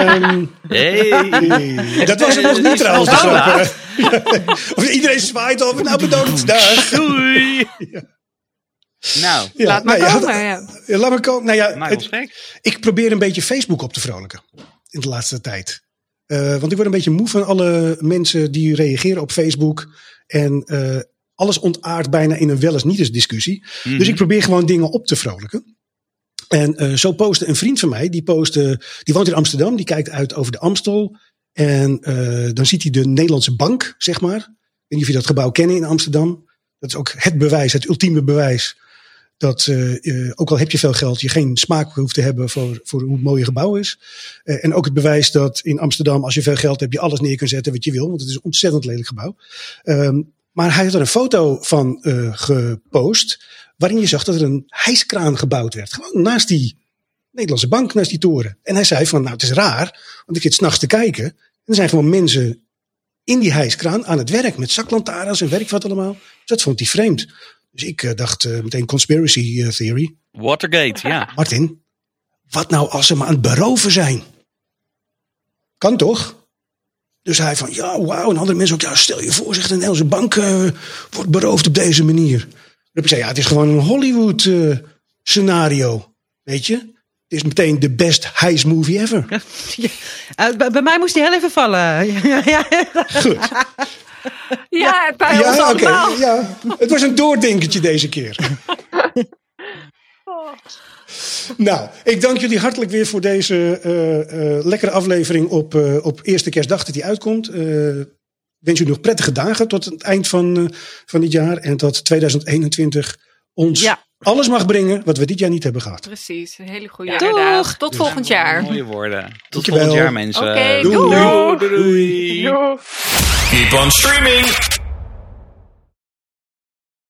Hey. Dat was het nog niet trouwens. Zo laat. Of iedereen zwaait al. Nou bedankt. Dag. Doei. Nou, Laat maar nou ja, komen. Ja. Ja, laat maar komen. Nou ja, maak ons gek. ik probeer een beetje Facebook op te vrolijken. In de laatste tijd. Want ik word een beetje moe van alle mensen die reageren op Facebook. En alles ontaardt bijna in een wel eens niet eens discussie. Mhm. Dus ik probeer gewoon dingen op te vrolijken. En zo postte een vriend van mij. Die woont in Amsterdam. Die kijkt uit over de Amstel. En dan ziet hij de Nederlandse Bank, zeg maar. Ik weet niet of je dat gebouw kennen in Amsterdam. Dat is ook het bewijs, het ultieme bewijs. Dat ook al heb je veel geld, je geen smaak hoeft te hebben voor hoe het mooie gebouw is. En ook het bewijs dat in Amsterdam, als je veel geld hebt, je alles neer kunt zetten wat je wil. Want het is een ontzettend lelijk gebouw. Maar hij had er een foto van gepost. Waarin je zag dat er een hijskraan gebouwd werd. Gewoon naast die Nederlandse Bank, naast die toren. En hij zei van, nou het is raar. Want ik zit 's nachts te kijken. En er zijn gewoon mensen in die hijskraan aan het werk. Met zaklantaarns en werk wat allemaal. Dus dat vond hij vreemd. Dus ik dacht meteen conspiracy theory. Watergate, ja. Martin, wat nou als ze me aan het beroven zijn? Kan toch? Dus hij van, ja, wauw. En andere mensen ook, ja, stel je voor, zegt de Nederlandse Bank wordt beroofd op deze manier. Dan heb ik gezegd, ja, het is gewoon een Hollywood scenario. Weet je? Het is meteen de best heist movie ever. Bij mij moest hij heel even vallen. Goed. Ja, bij ons Ja, oké. allemaal. Ja. Het was een doordenkertje deze keer. Nou, ik dank jullie hartelijk weer voor deze lekkere aflevering op eerste kerstdag dat die uitkomt. Ik wens jullie nog prettige dagen tot het eind van dit jaar. En dat 2021 ons alles mag brengen wat we dit jaar niet hebben gehad. Precies, een hele goede Doeg. uitdaging. Tot volgend jaar. Mooie woorden. Tot Dankjewel. volgend jaar, mensen. Oké, doei. Doei. Doei. Keep on streaming.